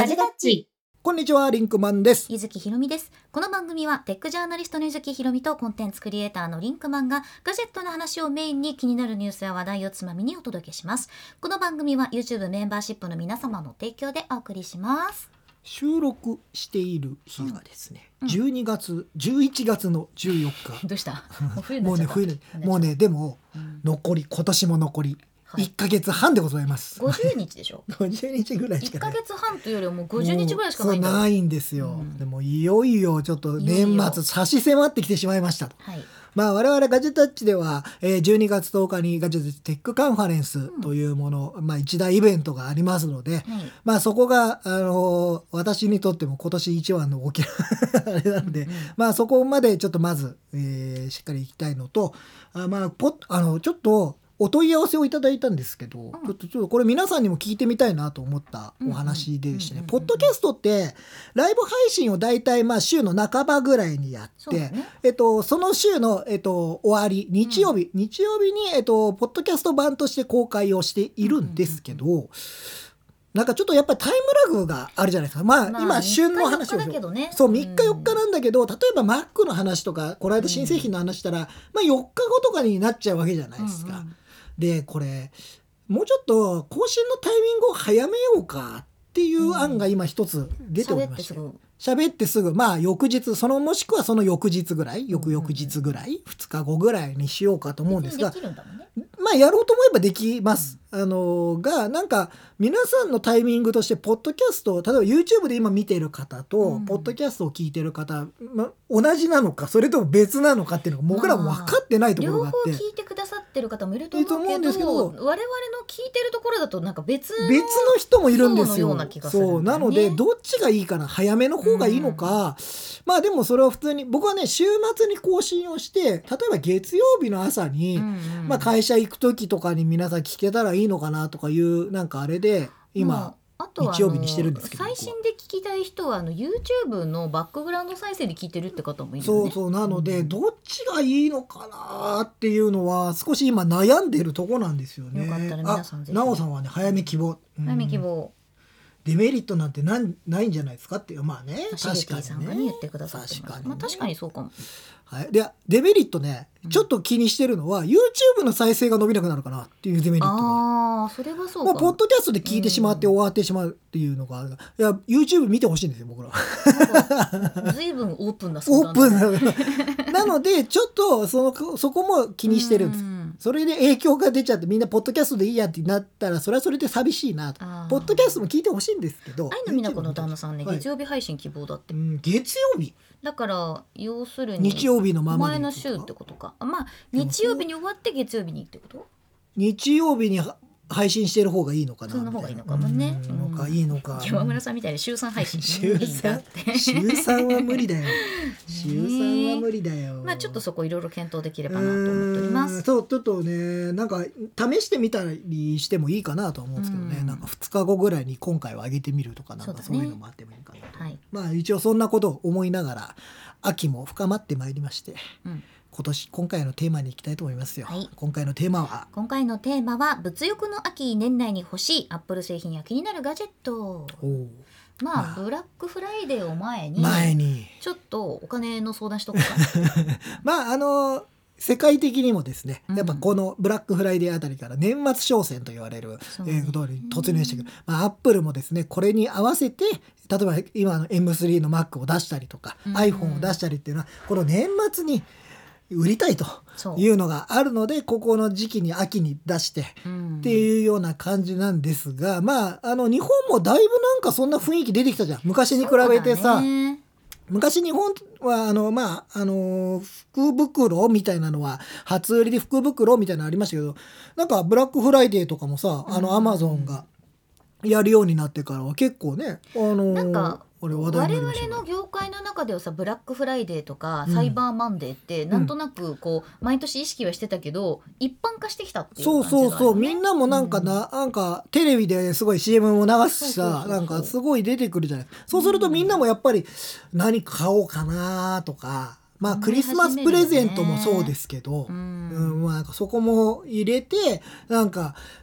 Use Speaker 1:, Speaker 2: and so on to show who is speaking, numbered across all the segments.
Speaker 1: ガジェタッチ。
Speaker 2: こんにちは、リンクマンです。
Speaker 1: ゆずきひろみです。この番組はテックジャーナリストのゆずきひろみとコンテンツクリエイターのリンクマンがガジェットの話をメインに気になるニュースや話題をつまみにお届けします。この番組は YouTube メンバーシップの皆様の提供でお送りします。
Speaker 2: 収録している日がですね、
Speaker 1: うん
Speaker 2: 11月の14日。
Speaker 1: どうしたもう冬になっちゃった。
Speaker 2: もうね、でも、
Speaker 1: うん
Speaker 2: 今年も残り
Speaker 1: はい
Speaker 2: 1ヶ月半でございます。
Speaker 1: 50日でしょ
Speaker 2: 50日ぐらいし
Speaker 1: 1
Speaker 2: かない。
Speaker 1: ヶ月半というよりはもう50日ぐらいしかないんだよ。
Speaker 2: そうないんですよ、
Speaker 1: うん
Speaker 2: でもいよいよちょっと年
Speaker 1: いよいよ
Speaker 2: 末差し迫ってきてしまいましたと。
Speaker 1: はい。
Speaker 2: 我々ガジェタッチでは、12月10日にガジェタッチテックカンファレンスというもの、一大イベントがありますので、
Speaker 1: はい。
Speaker 2: そこが、私にとっても今年一番の大きなあれなので、そこまでちょっとまず、しっかり行きたいのと、ちょっとお問い合わせをいただいたんですけど、ちょっとこれ皆さんにも聞いてみたいなと思ったお話でしてね、ポッドキャストってライブ配信をだいたい週の半ばぐらいにやって、
Speaker 1: そうね。
Speaker 2: その週の、終わり日曜日に、ポッドキャスト版として公開をしているんですけど、なんかちょっとやっぱりタイムラグがあるじゃないですか。今旬の話を
Speaker 1: 3日4日だけどね。
Speaker 2: そう3日4日なんだけど、例えば Mac の話とかこの間新製品の話したら、4日後とかになっちゃうわけじゃないですか。でこれもうちょっと更新のタイミングを早めようかっていう案が今一つ出ておりまして、喋ってすぐ翌日もしくはその翌日ぐらい翌々日ぐらい2日後ぐらいにしようかと思うんですが、
Speaker 1: できるんだもんね。
Speaker 2: やろうと思えばできます。がなんか皆さんのタイミングとしてポッドキャストを例えば YouTube で今見ている方と、ポッドキャストを聞いている方、同じなのかそれとも別なのかっていうのが僕らも分かってないところがあって、
Speaker 1: 両方聞いてくださってる方もいると思うんですけど、我々の聞いてるところだとなんか別の
Speaker 2: 人もいるんですよ。
Speaker 1: そう
Speaker 2: なのでどっちがいいかな、早めの方がいいのか、でもそれは普通に僕はね週末に更新をして、例えば月曜日の朝に、会社行く時とかに皆さん聞けたらいいのかなとかいうなんかあれで今日曜日にしてるんですけど、
Speaker 1: 最新で聞きたい人はYouTube のバックグラウンド再生で聞いてるって方もいるよね。
Speaker 2: そうなので、どっちがいいのかなっていうのは少し今悩んでるとこなんですよね。
Speaker 1: よかったら皆さんぜひ。
Speaker 2: なおさんはね早め希望、
Speaker 1: 早め希望、
Speaker 2: デメリットなんてないんじゃないですかっていう、確かにね、
Speaker 1: さんが言ってくださってます。確かにそうかも。
Speaker 2: でデメリットね、ちょっと気にしてるのは YouTube の再生が伸びなくなるかなっていうデメリットが。
Speaker 1: それはそうかも。
Speaker 2: ポッドキャストで聞いてしまって終わってしまうっていうのがある。いや YouTube 見てほしいんですよ僕ら。
Speaker 1: 随分オープンな
Speaker 2: オープンなのでちょっとそこも気にしてるんです。それで影響が出ちゃってみんなポッドキャストでいいやってなったらそれはそれで寂しいなと。ポッドキャストも聞いてほしいんですけど、
Speaker 1: 愛の美奈子の旦那さんね、月曜日配信希望だって。
Speaker 2: 月曜日
Speaker 1: だから要するに
Speaker 2: 日曜日のまま
Speaker 1: 前の週ってことか。日曜日に終わって月曜日にってこと？
Speaker 2: 日曜日に配信してる方がいいのかな。
Speaker 1: その方がいいのかもね。
Speaker 2: いいのか。
Speaker 1: 山村さんみたいに週3配信
Speaker 2: 週3は無理だよ。週3は無理だよ。
Speaker 1: ちょっとそこいろいろ検討できればなと思っております。
Speaker 2: そうちょっとねなんか試してみたりしてもいいかなと思うんですけどね。なんか2日後ぐらいに今回は上げてみるとかなんかそういうのもあってもいいかなと。一応そんなことを思いながら秋も深まってまいりまして。今回のテーマに行きたいと思いますよ。今回のテーマは
Speaker 1: 物欲の秋、年内に欲しいアップル製品や気になるガジェット。ブラックフライデーを前にちょっとお金の相談しとこうか。
Speaker 2: 世界的にもですね、やっぱこのブラックフライデーあたりから年末商戦と言われることに突入してくる。アップルもですねこれに合わせて例えば今の M3 の Mac を出したりとか、iPhone を出したりっていうのはこの年末に売りたいというのがあるので、ここの時期に秋に出してっていうような感じなんですが、日本もだいぶなんかそんな雰囲気出てきたじゃん昔に比べてさ。昔日本は福袋みたいなのは初売りで福袋みたいなのありましたけど、なんかブラックフライデーとかもさAmazon がやるようになってからは結構ね
Speaker 1: なんか我々
Speaker 2: 々
Speaker 1: の業界の中ではさ、ブラックフライデーとかサイバーマンデーってなんとなく毎年意識はしてたけど、一般化してきたっていう感じがあるよね。
Speaker 2: そうみんなもなんかテレビですごい CM も流すしさ、なんかすごい出てくるじゃない。そうするとみんなもやっぱり何買おうかなとか、クリスマスプレゼントもそうですけど、なんかそこも入れてなんか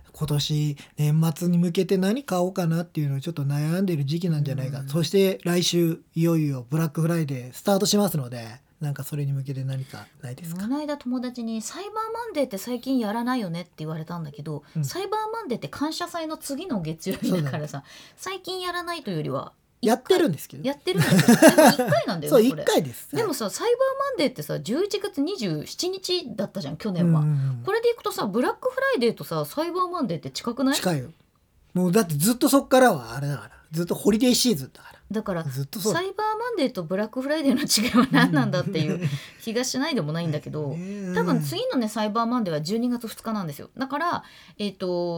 Speaker 2: 今年年末に向けて何買おうかなっていうのをちょっと悩んでる時期なんじゃないか、そして来週いよいよブラックフライデースタートしますので、なんかそれに向けて何かないですか。
Speaker 1: この間友達にサイバーマンデーって最近やらないよねって言われたんだけど、サイバーマンデーって感謝祭の次の月曜日だからさ、最近やらないというよりは
Speaker 2: やってるんですけど、
Speaker 1: やってるんだけどでも1回なんだよね。
Speaker 2: そう1回です。
Speaker 1: でもさ、サイバーマンデーってさ11月27日だったじゃん去年は。これでいくとさ、ブラックフライデーとさサイバーマンデーって近くない？
Speaker 2: 近いよ。もうだってずっとそっからはあれだから、ずっとホリデーシーズンだから。
Speaker 1: だから
Speaker 2: ずっとそう
Speaker 1: サイバーマンデーとブラックフライデーの違いは何なんだっていう気がしないでもないんだけど、多分次のねサイバーマンデーは12月2日なんですよ。だからもし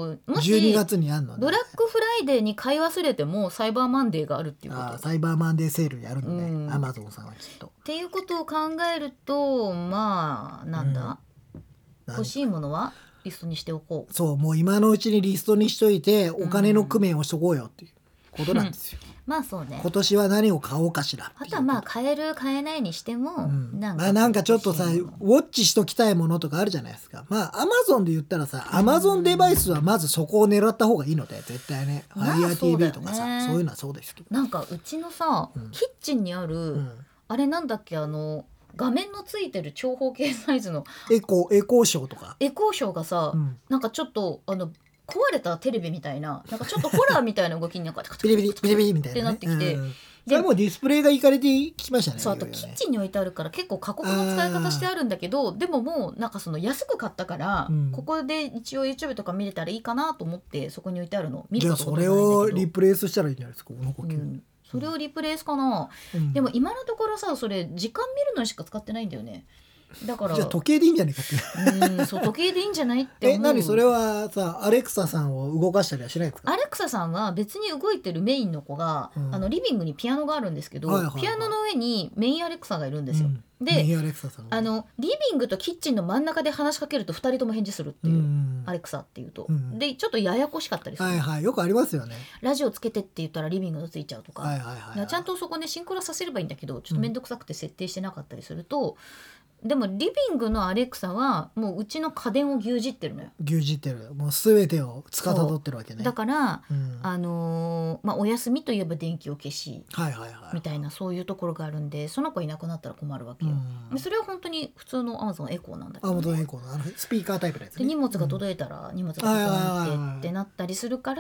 Speaker 2: 12月にあんの、ね、
Speaker 1: ブラックフライデーに買い忘れてもサイバーマンデーがあるっていうこと。
Speaker 2: サイバーマンデーセールやるのね、アマゾンさんはきっと。
Speaker 1: っていうことを考えると、まあなんだ、欲しいものはリストにしておこう。
Speaker 2: そう、もう今のうちにリストにしといてお金の工面をしとこうよっていうことなんですよ。
Speaker 1: まあそうね。
Speaker 2: 今年は何を買おうかしら。
Speaker 1: あとはまあ買える買えないにしても、
Speaker 2: なんかちょっとさウォッチしときたいものとかあるじゃないですか。まあアマゾンで言ったらさ、アマゾンデバイスはまずそこを狙った方がいいので絶対ね。FireTV とかさ、そういうのはそうですけど。
Speaker 1: なんかうちのさ、キッチンにある、あれなんだっけ、画面のついてる長方形サイズの
Speaker 2: エコーショーとか。
Speaker 1: エコーショーがさ、なんかちょっと壊れたテレビみたいな、なんかちょっとホラーみたいな動きになんか
Speaker 2: ビリビリビリビリみたいな、ね、
Speaker 1: ってなってきて、
Speaker 2: それはもうディスプレイがいかれてきましたね。
Speaker 1: そう、あとキッチンに置いてあるから結構過酷な使い方してあるんだけど、でももうなんかその安く買ったから、ここで一応 YouTube とか見れたらいいかなと思ってそこに置いてあるの見ることないんだけど。
Speaker 2: じゃあそれをリプレイスしたらいいんじゃないですか、この呼吸。
Speaker 1: それをリプレイスかな、でも今のところさ、それ時間見るのにしか使ってないんだよね。だから
Speaker 2: じゃあ時計でいいんじゃないかって。
Speaker 1: そう時計でいいんじゃないって思う。
Speaker 2: 何それはさ、アレクサさんを動かしたりはしないですか。
Speaker 1: アレクサさんは別に動いてるメインの子が、リビングにピアノがあるんですけど、ピアノの上にメインアレクサがいるんですよ。で
Speaker 2: メインアレクサさん、
Speaker 1: リビングとキッチンの真ん中で話しかけると2人とも返事するっていう、アレクサっていうと、でちょっとややこしかったりする。
Speaker 2: よくありますよね。
Speaker 1: ラジオつけてって言ったらリビングがついちゃうとか、ちゃんとそこねシンクロさせればいいんだけど、ちょっと面倒くさくて設定してなかったりすると、でもリビングのアレクサはもううちの家電を牛耳ってるのよ。
Speaker 2: 牛耳ってる、もう全てを司ってるわけね。
Speaker 1: だから、お休みといえば電気を消し、みたいなそういうところがあるんで、その子いなくなったら困るわけよ。それは本当に普通の Amazon エコーなんだけど、ね、
Speaker 2: Amazon エコーのスピーカータイプのやつね。
Speaker 1: で荷物が届いたら荷物が届いてってなったりするから、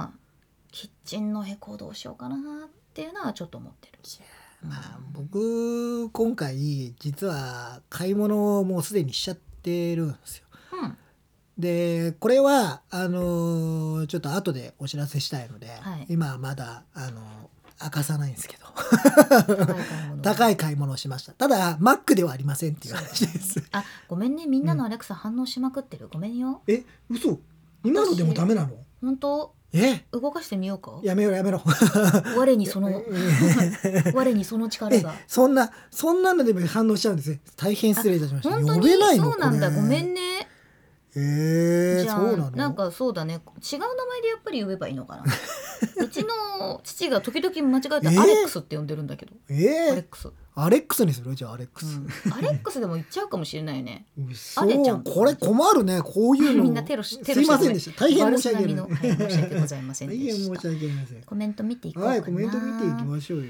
Speaker 1: キッチンのエコーどうしようかなっていうのはちょっと思ってる。
Speaker 2: まあ、僕今回実は買い物をもうすでにしちゃってるんですよ。でこれはちょっと後でお知らせしたいので、今はまだ明かさないんですけど高い買い物をしました。ただマックではありませんっていう話です。
Speaker 1: あ、ごめんね、みんなのアレクサ反応しまくってる、ごめんよ。
Speaker 2: 嘘、今のでもダメなの？
Speaker 1: 本当？動かしてみようか。
Speaker 2: やめろ我にそ
Speaker 1: の力が
Speaker 2: そんなのでも反応しちゃうんですね。大変失礼いたしました。
Speaker 1: 本当に
Speaker 2: 呼べないの？
Speaker 1: そうなんだ、ごめんね。じゃあ
Speaker 2: そうなの？
Speaker 1: なんかそうだね、違う名前でやっぱり呼べばいいのかなうちの父が時々間違えてアレックスって呼んでるんだけど、アレックス
Speaker 2: にする？じゃあアレックス、
Speaker 1: アレックスでも言っちゃうかもしれないよね。
Speaker 2: アレちゃん、これ困るね、こういうの
Speaker 1: みんなテロし
Speaker 2: すいませんでした。大変申し訳ない。
Speaker 1: 申し訳ございませんでした。
Speaker 2: 大変申し訳ありません。
Speaker 1: コメント見ていこうかな。
Speaker 2: コメント見ていきましょうよ。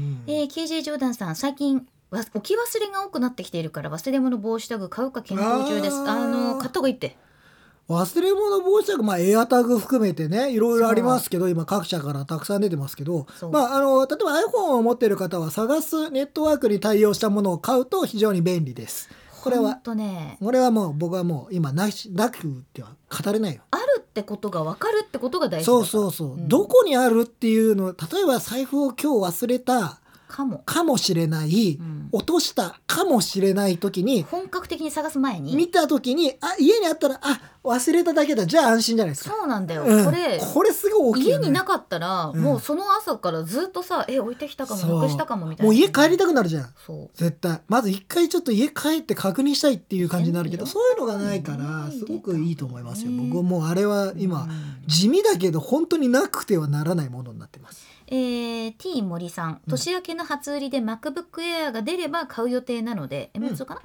Speaker 1: KJ ジョーダンさん、最近置き忘れが多くなってきているから忘れ物防止タグ買うか検討中です。買った方がいいって。
Speaker 2: 忘れ物防止タグ、エアタグ含めてね、いろいろありますけど、今各社からたくさん出てますけど、例えば iPhone を持っている方は探すネットワークに対応したものを買うと非常に便利です。これはもう僕はもう今なくては語れないよ。
Speaker 1: あるってことが分かるってことが大事だから。
Speaker 2: そう、どこにあるっていうの、例えば財布を今日忘れたかもしれない、落としたかもしれない時に
Speaker 1: 本格的に探す前に
Speaker 2: 見た時に家にあったら忘れただけだ、じゃあ安心じゃないですか。
Speaker 1: そうなんだよ、
Speaker 2: これすごい大きいよね。
Speaker 1: 家になかったら、もうその朝からずっとさ置いてきたかもなくしたかもみたいな、
Speaker 2: もう家帰りたくなるじゃん。絶対まず一回ちょっと家帰って確認したいっていう感じになるけど、そういうのがないからすごくいいと思いますよ。僕もうあれは今地味だけど本当になくてはならないものになってます。
Speaker 1: T 森さん、年明けの初売りで MacBook Air が出れば買う予定なので、M2 かな、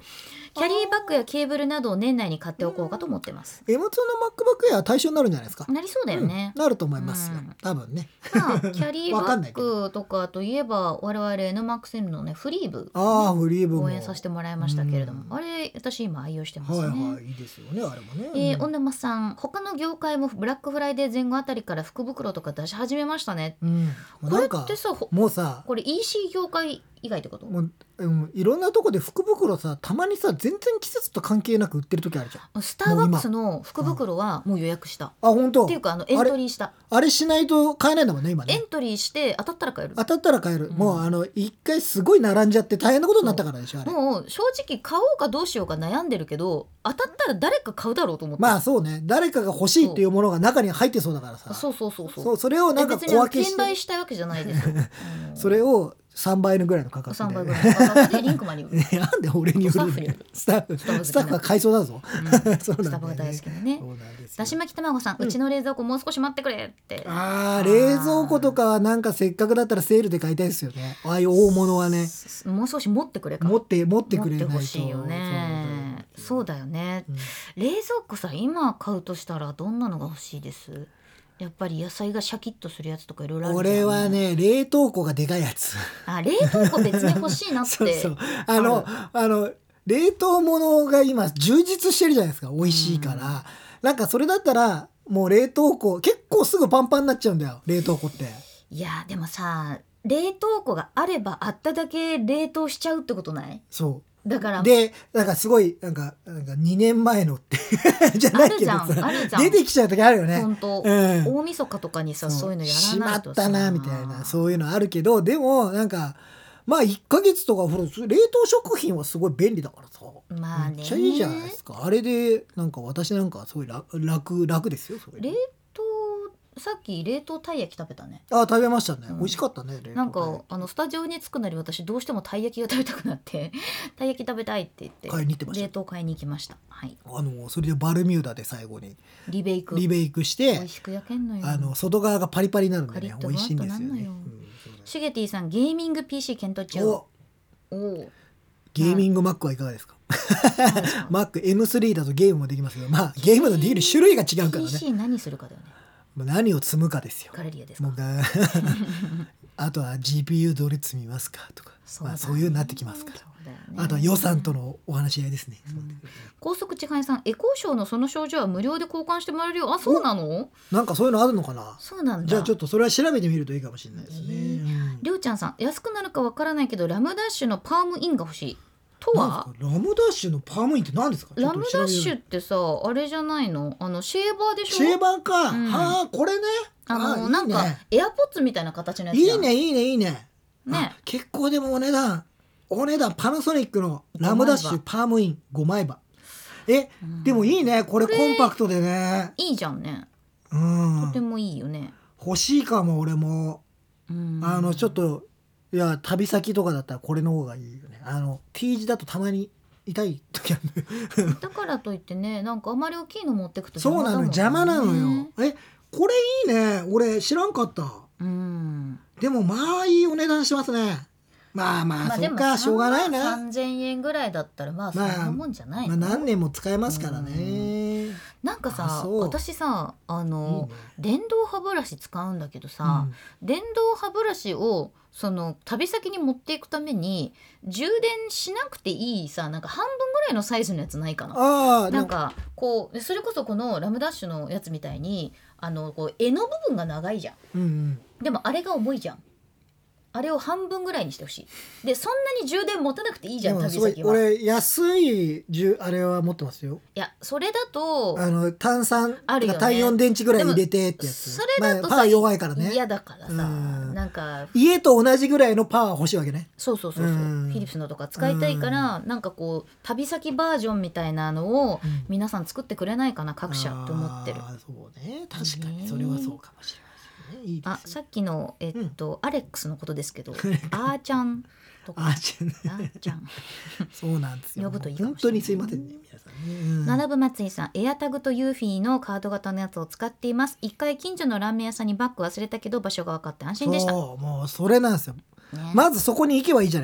Speaker 1: キャリーバッグやケーブルなどを年内に買っておこうかと思ってます。
Speaker 2: M2 の MacBook Air 対象になるんじゃないですか。
Speaker 1: なりそうだよね、
Speaker 2: なると思いますよ、多分ね。
Speaker 1: まあ、キャリーバ
Speaker 2: わかんない
Speaker 1: ッグとかといえば我々 NMAX のねフリーブ、
Speaker 2: フリーブも
Speaker 1: 応援させてもらいましたけれども、あれ私今愛用してますね。
Speaker 2: いいですよねあれもね。
Speaker 1: 女間さん、他の業界もブラックフライデー前後あたりから福袋とか出し始めましたね。これってさ、
Speaker 2: もうさ、
Speaker 1: これ EC 業界以外ってこと？
Speaker 2: もういろんなとこで福袋さ、たまにさ全然季節と関係なく売ってる時あるじゃん。
Speaker 1: スターバックスの福袋はもう予約した。
Speaker 2: 本当？
Speaker 1: っていうかエントリーした。
Speaker 2: あれしないと買えないんだもんね今ね。
Speaker 1: エントリーして当たったら買える。
Speaker 2: 当たったら買える。もう一回すごい並んじゃって大変なことになったからでしょあれ。
Speaker 1: もう正直買おうかどうしようか悩んでるけど、当たったら誰か買うだろうと思って。
Speaker 2: まあそうね、誰かが欲しいっていうものが中に入ってそうだからさ。
Speaker 1: そう
Speaker 2: それをなんか小分けして、
Speaker 1: 別に転売したいわけじゃないですよ
Speaker 2: それを3倍のぐらいの価格で、
Speaker 1: 3倍ぐらいの価格でリンクマンに売る
Speaker 2: なんで俺に売るんだよ。スタッフが買いそうだぞ。そうなんだよね。
Speaker 1: スタッフが大好きなね。だし巻き卵さん、うちの冷蔵庫もう少し待ってくれって。
Speaker 2: 冷蔵庫とかはなんかせっかくだったらセールで買いたいですよね。ああいう大物はね、
Speaker 1: もう少し持ってくれか。
Speaker 2: 持ってくれないと。
Speaker 1: 持ってほしいよね。そうだよね。冷蔵庫さ、今買うとしたらどんなのが欲しいです？やっぱり野菜がシャキッとするやつとかいろいろあるじゃん。
Speaker 2: 俺はね、冷凍庫がでかいやつ。
Speaker 1: 冷凍庫別に欲しいなって
Speaker 2: そう冷凍物が今充実してるじゃないですか。美味しいから、なんかそれだったらもう冷凍庫結構すぐパンパンになっちゃうんだよ、冷凍庫って。
Speaker 1: いやでもさ、冷凍庫があればあっただけ冷凍しちゃうってことない？
Speaker 2: そう
Speaker 1: だから
Speaker 2: すごいなんか2年前のってじゃないけどさ、
Speaker 1: あるじゃん
Speaker 2: 出てきちゃう時あるよね。
Speaker 1: 本当、大晦日とかにさ、そういうのやらないとさ、
Speaker 2: しまったなみたいな、そういうのあるけど、でもなんかまあ1ヶ月とか冷凍食品はすごい便利だからさ、
Speaker 1: まあね、
Speaker 2: めっちゃいいじゃないですか。あれでなんか私なんかすごい楽ですよそれ。
Speaker 1: 冷凍、さっき冷凍たい焼き食べたね。
Speaker 2: 食べましたね、美味しかったね。
Speaker 1: なんかスタジオに着くなり私どうしてもたい焼きが食べたくなってたい焼き食べたいって言って
Speaker 2: 買いに行ってました。
Speaker 1: 冷凍買いに行きました。はい。
Speaker 2: それでバルミューダで最後に
Speaker 1: リベイク
Speaker 2: して
Speaker 1: 美味しく焼けんのよ。
Speaker 2: 外側がパリパリになるんでね、
Speaker 1: カリッと
Speaker 2: 美味しいんですよね。
Speaker 1: シゲティさん、ゲーミング PC 検討中。
Speaker 2: ゲーミング Mac はいかがですか？Mac M3 だとゲームもできますけど、まあゲームのできる種類が違うからね。
Speaker 1: PC 何するかだよね。
Speaker 2: 何を積むかですよ。
Speaker 1: ガレリアですか？
Speaker 2: あとは GPU どれ積みますかとか、そういうになってきますから、あとは予算とのお話し合いですね。
Speaker 1: 高速千早さん、エコーショーのその症状は無料で交換してもらえるよ。そうなの？
Speaker 2: なんかそういうのあるのかな。
Speaker 1: そうなんだ。
Speaker 2: じゃあちょっとそれは調べてみるといいかもしれないですね。
Speaker 1: りょうちゃんさん、安くなるかわからないけどラムダッシュのパームインが欲しいとは？
Speaker 2: ラムダッシュのパームインって何ですか？
Speaker 1: ラムダッシュってさ、あれじゃないの？シェーバーでしょ？
Speaker 2: シェーバーか、これね。
Speaker 1: なんかエアポッツみたいな形のやつ
Speaker 2: じゃん。いいね。結構でもお値段パナソニックのラムダッシュパームイン5枚刃。でもいいね、これコンパクトでね。
Speaker 1: いいじゃんね。とてもいいよね。
Speaker 2: 欲しいかも俺も。ちょっと旅先とかだったらこれの方がいいよね。T 字だとたまに痛い時ある。
Speaker 1: だからといってね、なんかあまり大きいの持ってくと
Speaker 2: そうなの、邪魔なのよ。これいいね、俺知らんかった。でもまあいいお値段しますね。まあそっか、しょうがないな。
Speaker 1: 3000円ぐらいだったらそんなもんじゃないの？
Speaker 2: 何年も使えますからね。
Speaker 1: なんかさ、私さ電動歯ブラシ使うんだけどさ、電動歯ブラシを旅先に持っていくために充電しなくていいさ、なんか半分ぐらいのサイズのやつないかな。なんかそれこそこのラムダッシュのやつみたいに柄の部分が長いじゃん。でもあれが重いじゃん。あれを半分ぐらいにしてほしい。でそんなに充電持たなくていいじゃん、旅先は。
Speaker 2: 俺安いあれは持ってますよ。
Speaker 1: いやそれだと
Speaker 2: 炭酸とか単4電池ぐらい入れてってやつ。
Speaker 1: それだと
Speaker 2: パワー弱いからね。
Speaker 1: 嫌だからさ、なんか
Speaker 2: 家と同じぐらいのパワー欲しいわけね。
Speaker 1: そうフィリプスのとか使いたいから、なんか旅先バージョンみたいなのを皆さん作ってくれないかな、各社って思ってる。
Speaker 2: そうね、確かにそれはそうかもしれない。
Speaker 1: さっきのアレックスのことですけど、あーちゃんとか、あーちゃん
Speaker 2: そうなんですよ。
Speaker 1: 呼ぶといいかも
Speaker 2: 本当にすいませんね、皆さんね。
Speaker 1: 並ぶ松井さん、エアタグとユーフィーのカード型のやつを使っています。一回近所のラーメン屋さんにバッグ忘れたけど場所が分かって安心でした。
Speaker 2: もうそれなんですよ。まずそこに行けばいいじゃないですか。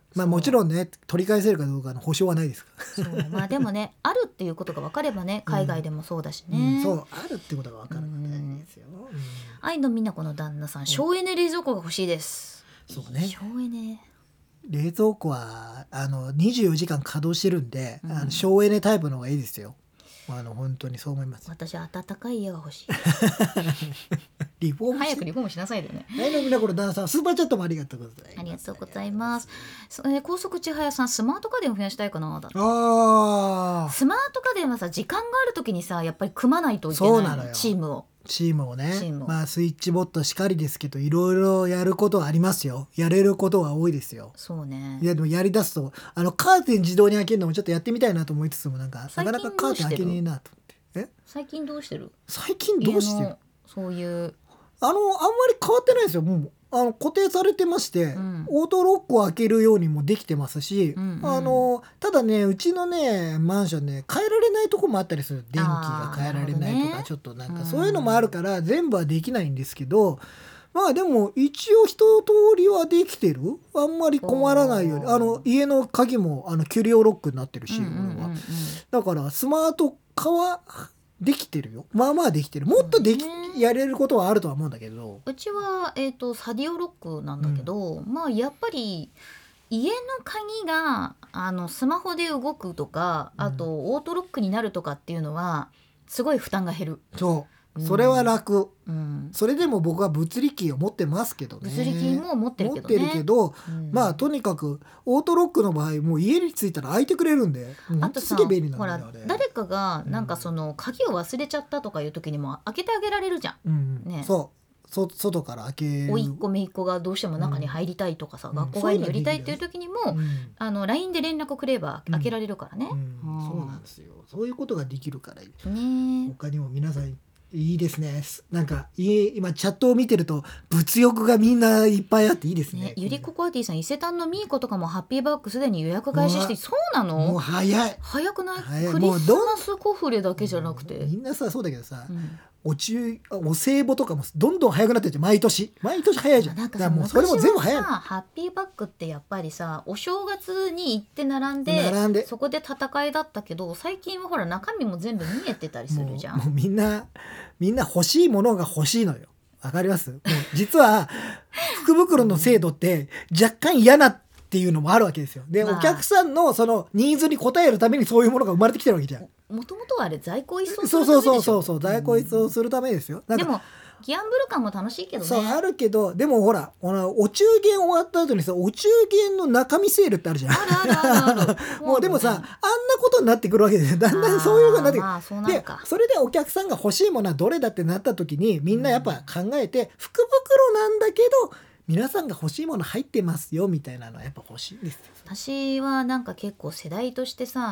Speaker 2: まあもちろんね取り返せるかどうかの保証はないですか
Speaker 1: そうまあでもねあるっていうことが分かればね海外でもそうだしね、
Speaker 2: そうあるってことが分かるんですよ、
Speaker 1: 愛のみなこの旦那さん省エネ冷蔵庫が欲しいです。
Speaker 2: そうね
Speaker 1: 省エネ
Speaker 2: 冷蔵庫は24時間稼働してるんで、省エネタイプの方がいいですよ。本当にそう思います。
Speaker 1: 私暖かい家が欲しい
Speaker 2: リフォーム
Speaker 1: 早くリフォームしなさいよね。
Speaker 2: はい、みんなこれ旦那さんスーパーチャットもありがとうございます。
Speaker 1: ありがとうございます。高速千早さんスマート家電を増やしたいかなだって。
Speaker 2: あ
Speaker 1: スマート家電はさ時間がある時にさやっぱり組まないといけない
Speaker 2: そうなのよ
Speaker 1: チームを。
Speaker 2: チームをね
Speaker 1: チームを
Speaker 2: まあスイッチボットしかりですけどいろいろやることはありますよ。やれることは多いですよ。
Speaker 1: そうね
Speaker 2: いやでもやりだすとカーテン自動に開けるのもちょっとやってみたいなと思いつつもなんかなかなかカーテン開けねえなと思って。
Speaker 1: 最近どうしてる？
Speaker 2: 最近どうしてる？
Speaker 1: そういう
Speaker 2: あんまり変わってないですよ。もう固定されてまして、オートロックを開けるようにもできてますし、ただねうちのねマンションね変えられないとこもあったりする。電気が変えられないとか、ちょっとなんかそういうのもあるから全部はできないんですけど、まあでも一応一通りはできてる。あんまり困らないように家の鍵もキュリオロックになってるし、俺はだからスマート化はできてるよ。まあまあできてる。もっとやれることはあるとは思うんだけど。
Speaker 1: うちは、サディオロックなんだけど、まあやっぱり家の鍵がスマホで動くとかあとオートロックになるとかっていうのはすごい負担が減る。
Speaker 2: それは楽、それでも僕は物理キーを持ってますけどね。
Speaker 1: 物理キーも持ってるけどね。
Speaker 2: 持ってるけど、まあとにかくオートロックの場合もう家に着いたら開いてくれるんで、
Speaker 1: あとさ
Speaker 2: すげえ便利なんだよ
Speaker 1: ほら誰かがなんかその鍵を忘れちゃったとかいう時にも開けてあげられるじゃん、ね、
Speaker 2: 外から開ける。
Speaker 1: 甥っ子姪っ子がどうしても中に入りたいとかさ、学校帰りに寄りたいっていう時にも、LINE で連絡くれば開けられるからね、
Speaker 2: そうなんですよ。そういうことができるから
Speaker 1: ね。
Speaker 2: 他にも皆さんいいですね。なんか今チャットを見てると物欲がみんないっぱいあっていいですね。
Speaker 1: ゆりこコアティさん伊勢丹のミーコとかもハッピーバッグすでに予約開始して。そうなの？
Speaker 2: もう早
Speaker 1: くない？クリスマスコフレだけじゃなくて
Speaker 2: みんなさそうだけどさ、お歳暮とかもどんどん早くなってるじゃん。毎年早いじゃん。
Speaker 1: なんかさ
Speaker 2: もうそれも全部早い。
Speaker 1: ハッピーバッグってやっぱりさお正月に行って並んでそこで戦いだったけど、最近はほら中身も全部見えてたりするじゃん。
Speaker 2: もうみんな欲しいものが欲しいのよ。わかります？もう実は福袋の制度って若干嫌なっていうのもあるわけですよ。で、お客さんのそのニーズに応えるためにそういうものが生まれてきてるわけじゃん。
Speaker 1: もともとはあれ在庫一掃するためでしょ。
Speaker 2: そう在庫一掃するためですよ。
Speaker 1: でもギャンブル感も楽しいけどね。
Speaker 2: そうあるけど、でもほらお中元終わった後にさお中元の中身セールってあるじゃん。
Speaker 1: ある
Speaker 2: もうでもさあんなことになってくるわけでだんだんそういう風になってくる。
Speaker 1: そうなるか。
Speaker 2: でそれでお客さんが欲しいものはどれだってなった時にみんなやっぱ考えて、福袋なんだけど皆さんが欲しいもの入ってますよみたいなのはやっぱ欲しいんですよ。
Speaker 1: 私はなんか結構世代としてさ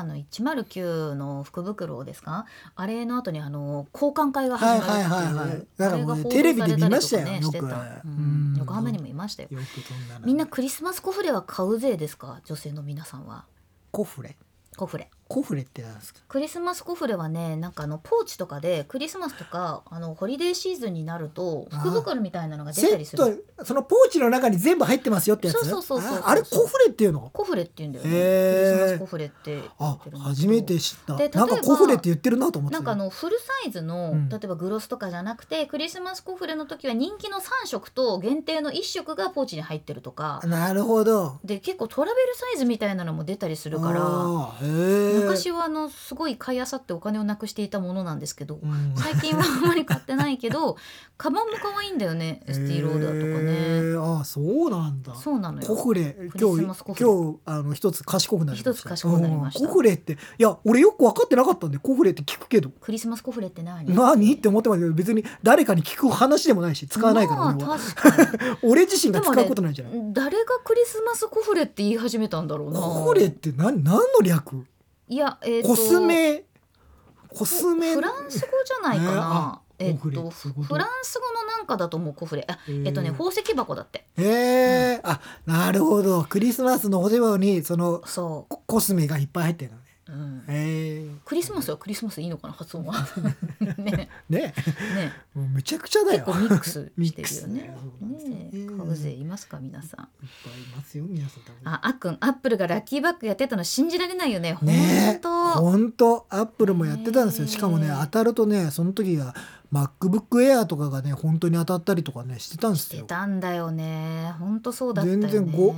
Speaker 1: 109の福袋ですか、あれの後に交換会が始まるっていう、
Speaker 2: だからもうテレビで見ましたよ、よく、
Speaker 1: 横浜にもいましたよ。みんなクリスマスコフレは買うぜですか、女性の皆さんは。
Speaker 2: コフレって何ですか？
Speaker 1: クリスマスコフレはね、なんかポーチとかでクリスマスとかホリデーシーズンになると福袋みたいなのが出たりする。
Speaker 2: そのポーチの中に全部入ってますよってやつ。
Speaker 1: そう
Speaker 2: あれコフレっていうの？
Speaker 1: コフレって言うんだよね。クリスマスコフレって言ってるんだけど。
Speaker 2: 初めて知った。なんかコフレって言ってるなと思って。
Speaker 1: なんかフルサイズの、例えばグロスとかじゃなくてクリスマスコフレの時は人気の3色と限定の1色がポーチに入ってるとか。
Speaker 2: なるほど。
Speaker 1: で結構トラベルサイズみたいなのも出たりするから、昔はすごい買い漁ってお金をなくしていたものなんですけど、最近はあんまり買ってないけどカバンも可愛いんだよね、エスティローダーとかね。
Speaker 2: そうなんだ。
Speaker 1: そうなのよ。
Speaker 2: コフレ今日一つ賢くなりました。コフレっていや俺よく分かってなかったんで、コフレって聞くけど
Speaker 1: クリスマスコフレって何
Speaker 2: って思ってますけど、別に誰かに聞く話でもないし使わないから俺は。確かに俺自身が使うことないじゃない。
Speaker 1: 誰がクリスマスコフレって言い始めたんだろうな。
Speaker 2: コフレって何の略？
Speaker 1: いや、
Speaker 2: コスメ
Speaker 1: フランス語じゃないかな。フランス語のなんかだと思う。コフレ宝石箱だって。
Speaker 2: なるほど。クリスマスのお世話にそのコスメがいっぱい入ってるのね。
Speaker 1: クリスマスはクリスマスいいのかな、発音は。ね
Speaker 2: もうめちゃくちゃだよ。
Speaker 1: 結構ミックスしてるよね。可グ勢いますか皆さん。
Speaker 2: いっぱいいますよ皆さん多分。
Speaker 1: あっくんアップルがラッキーバッグやってたの信じられないよね。
Speaker 2: ねえ
Speaker 1: ほんと
Speaker 2: ほんとアップルもやってたんですよ。しかもね当たるとねその時は MacBook Air とかがね本当に当たったりとかねしてたんです
Speaker 1: して
Speaker 2: よ。
Speaker 1: たんだよね。ほんとそうだったよね。
Speaker 2: 全然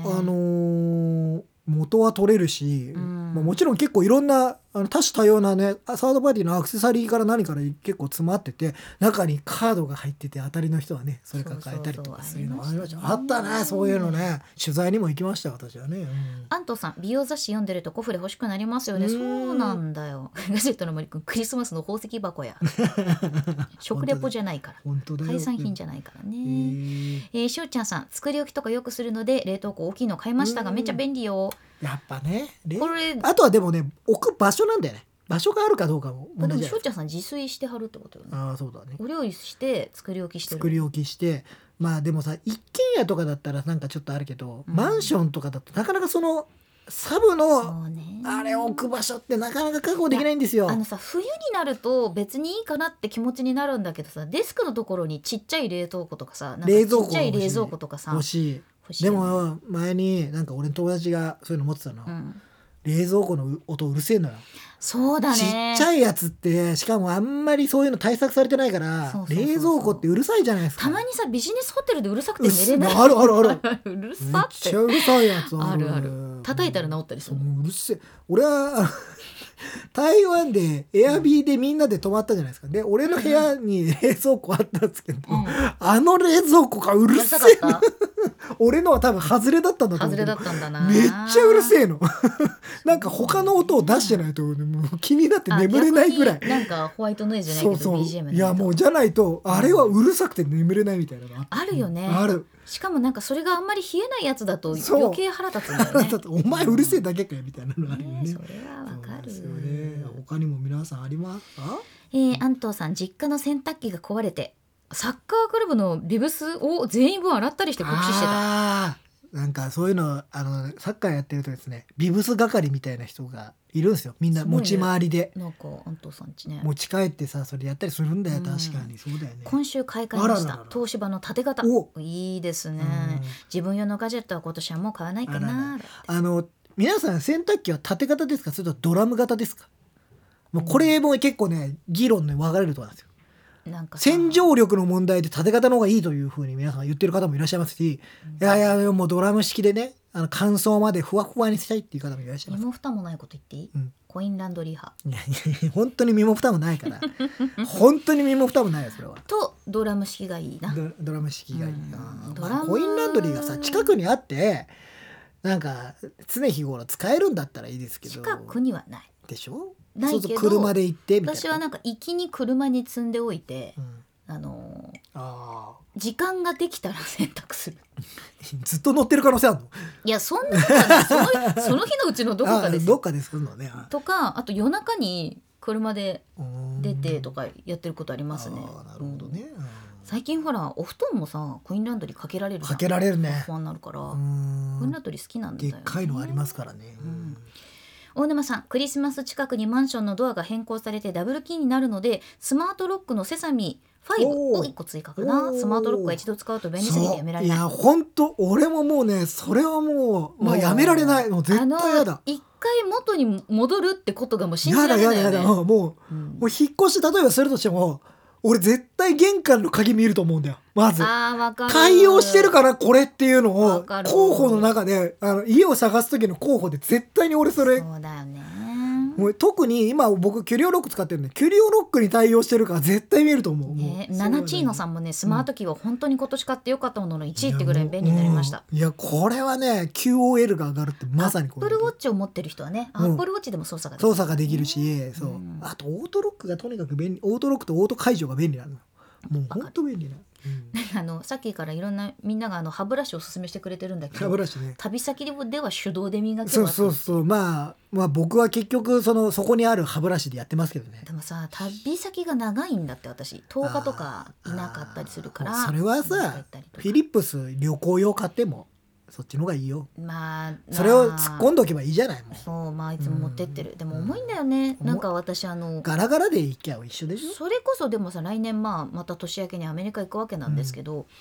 Speaker 2: 元は取れるし、まあ、もちろん結構いろんな多種多様なねサードパーティーのアクセサリーから何から結構詰まってて中にカードが入ってて当たりの人はねそれから変えたりとかそういうのありました。あったねそういうのね。取材にも行きました私はね。
Speaker 1: 安藤さん美容雑誌読んでるとコフレ欲しくなりますよね。そうなんだよ。ガジェットの森くんクリスマスの宝石箱や食レポじゃないから
Speaker 2: 本当だよ
Speaker 1: 海産品じゃないからね。しおちゃんさん作り置きとかよくするので冷凍庫大きいの買いましたがめっちゃ便利よ。
Speaker 2: やっぱね
Speaker 1: これ
Speaker 2: あとはでもね置く場所なんだよね。場所があるかどうかも問
Speaker 1: でも
Speaker 2: 題じゃない
Speaker 1: しおちゃんさん自炊してはるってことよね。
Speaker 2: ああそうだね。
Speaker 1: お料理して作り置きしてる。
Speaker 2: 作り置きしてまあでもさ一軒家とかだったらなんかちょっとあるけど、マンションとかだとなかなかそのサブの
Speaker 1: そうね
Speaker 2: あれ置く場所ってなかなか確保できないんですよ。
Speaker 1: さ冬になると別にいいかなって気持ちになるんだけどさデスクのところにちっちゃい冷凍庫とかさなんかちっちゃい冷蔵庫とかさ
Speaker 2: 欲しい。で
Speaker 1: よね
Speaker 2: も前になんか俺の友達がそういうの持ってたの、
Speaker 1: うん
Speaker 2: 冷蔵庫の音うるせえのよ。
Speaker 1: そうだね。
Speaker 2: ちっちゃいやつってしかもあんまりそういうの対策されてないから
Speaker 1: そうそうそうそう
Speaker 2: 冷蔵庫ってうるさいじゃないですか。
Speaker 1: たまにさビジネスホテルでうるさくて寝れない
Speaker 2: あるあるある
Speaker 1: うる
Speaker 2: めっ
Speaker 1: さって
Speaker 2: ちゃうるさいやつ
Speaker 1: あるある叩いたら治ったりする。
Speaker 2: もううるせえ。俺は台湾でエアビーでみんなで泊まったじゃないですか。で俺の部屋に冷蔵庫あったんですけど、あの冷蔵庫がうるせえの俺のは多分外れだったんだと思うけど
Speaker 1: 外れだったんだな。
Speaker 2: めっちゃうるせえのなんか他の音を出してないともう気になって眠れないぐらい。
Speaker 1: 逆になんかホワイトノイズじゃないけど BGM ないと
Speaker 2: いやもうじゃないとあれはうるさくて眠れないみたいなの
Speaker 1: あるよね。
Speaker 2: ある。
Speaker 1: しかもなんかそれがあんまり冷えないやつだと
Speaker 2: そう
Speaker 1: 余計腹立つんだよね
Speaker 2: だってお前うるせえだけかよみたいなのあるよね。
Speaker 1: それはわかる。
Speaker 2: そうですよね。他にも皆さんありますか？
Speaker 1: 安藤さん実家の洗濯機が壊れてサッカークラブのビブスを全員分洗ったりして酷使してた。
Speaker 2: あーなんかそういうのサッカーやってるとですねビブス係みたいな人がいるんですよ。みんな持ち回りで、
Speaker 1: なんか安藤さんちね
Speaker 2: 持ち帰ってさそれやったりするんだよ。確かにそうだよね。
Speaker 1: 今週買い替えました
Speaker 2: あらららら
Speaker 1: 東芝の縦型。
Speaker 2: お
Speaker 1: いいですね。
Speaker 2: うん
Speaker 1: 自分用のガジェットは今年はもう買わないかな。
Speaker 2: 皆さん洗濯機は縦型ですかそれともドラム型ですか？もうこれも結構ね議論で分かれるところなんですよ。
Speaker 1: なんかさ
Speaker 2: 洗浄力の問題で縦型の方がいいというふうに皆さん言ってる方もいらっしゃいますし、いやいやもうドラム式でね乾燥までふわふわにしたいっていう方もいらっしゃいます。
Speaker 1: 身も蓋もないこと言っていい、
Speaker 2: うん
Speaker 1: コインランドリー派
Speaker 2: いやいや本当に身も蓋もないから本当に身も蓋もないよそれは。
Speaker 1: とドラム式がいいな。
Speaker 2: ドラム式がいいな、
Speaker 1: ドラム
Speaker 2: コインランドリーがさ近くにあってなんか常日頃使えるんだったらいいですけど
Speaker 1: 近くにはない
Speaker 2: でしょ。
Speaker 1: ないけど
Speaker 2: そうそう車で行ってみたいな。
Speaker 1: 私はなんか行きに車に積んでおいて、
Speaker 2: うんあ
Speaker 1: 時間ができたら洗濯する。
Speaker 2: ずっと乗ってる可能性あるの？
Speaker 1: いやそんなことはないその日のうちのどこかです
Speaker 2: どっかでするのね。
Speaker 1: とかあと夜中に車で出てと
Speaker 2: か
Speaker 1: かやってることありますね。
Speaker 2: なるほどね、
Speaker 1: 最近ほらお布団もさコインランドリーかけられるじゃん。
Speaker 2: かけられるね。
Speaker 1: 不安になるからコインランドリー好きなんだよね。
Speaker 2: でっかいのありますからね、
Speaker 1: 大沼さんクリスマス近くにマンションのドアが変更されてダブルキーになるのでスマートロックのセサミ5を1個追加かな。スマートロックは一度使うと便利すぎてやめられない。
Speaker 2: いや本当俺ももうねそれはもう、やめられない。もう絶対やだ。
Speaker 1: 一回元に戻るってことがもう信じられないよね。
Speaker 2: やだもう引っ越し例えばするとしても俺絶対玄関の鍵見ると思うんだよ。まず
Speaker 1: わかる。
Speaker 2: 対応してるからこれっていうのを
Speaker 1: わかる
Speaker 2: 候補の中で家を探す時の候補で絶対に俺それ
Speaker 1: そうだよね。
Speaker 2: もう特に今僕キュリオロック使ってるんでキュリオロックに対応してるから絶対見えると思う。
Speaker 1: ナナチーノさんもねスマートキーは本当に今年買ってよかったものの1位ってぐらい便利になりました。
Speaker 2: いやこれはね QOL が上がるってまさにこれ。
Speaker 1: アップルウォッチを持ってる人はねアップルウォッチでも操作ができる
Speaker 2: しそう、あとオートロックがとにかく便利。オートロックとオート解除が便利なの。もう本当便利な。
Speaker 1: さっきからいろんなみんなが歯ブラシをおすすめしてくれてるんだけど、
Speaker 2: 歯ブラシね、
Speaker 1: 旅先では手動で磨けば
Speaker 2: そうまあ僕は結局そこにある歯ブラシでやってますけどね。
Speaker 1: でもさ旅先が長いんだって私10日とかいなかったりするから
Speaker 2: それはさフィリップス旅行用買ってもそっちの方がいいよ。それを突っ込んでおけばいいじゃない。もう
Speaker 1: そういつも持ってってる。でも重いんだよね。なんか私
Speaker 2: ガラガラで行きゃ一緒でしょ。
Speaker 1: それこそでもさ来年また年明けにアメリカ行くわけなんですけど、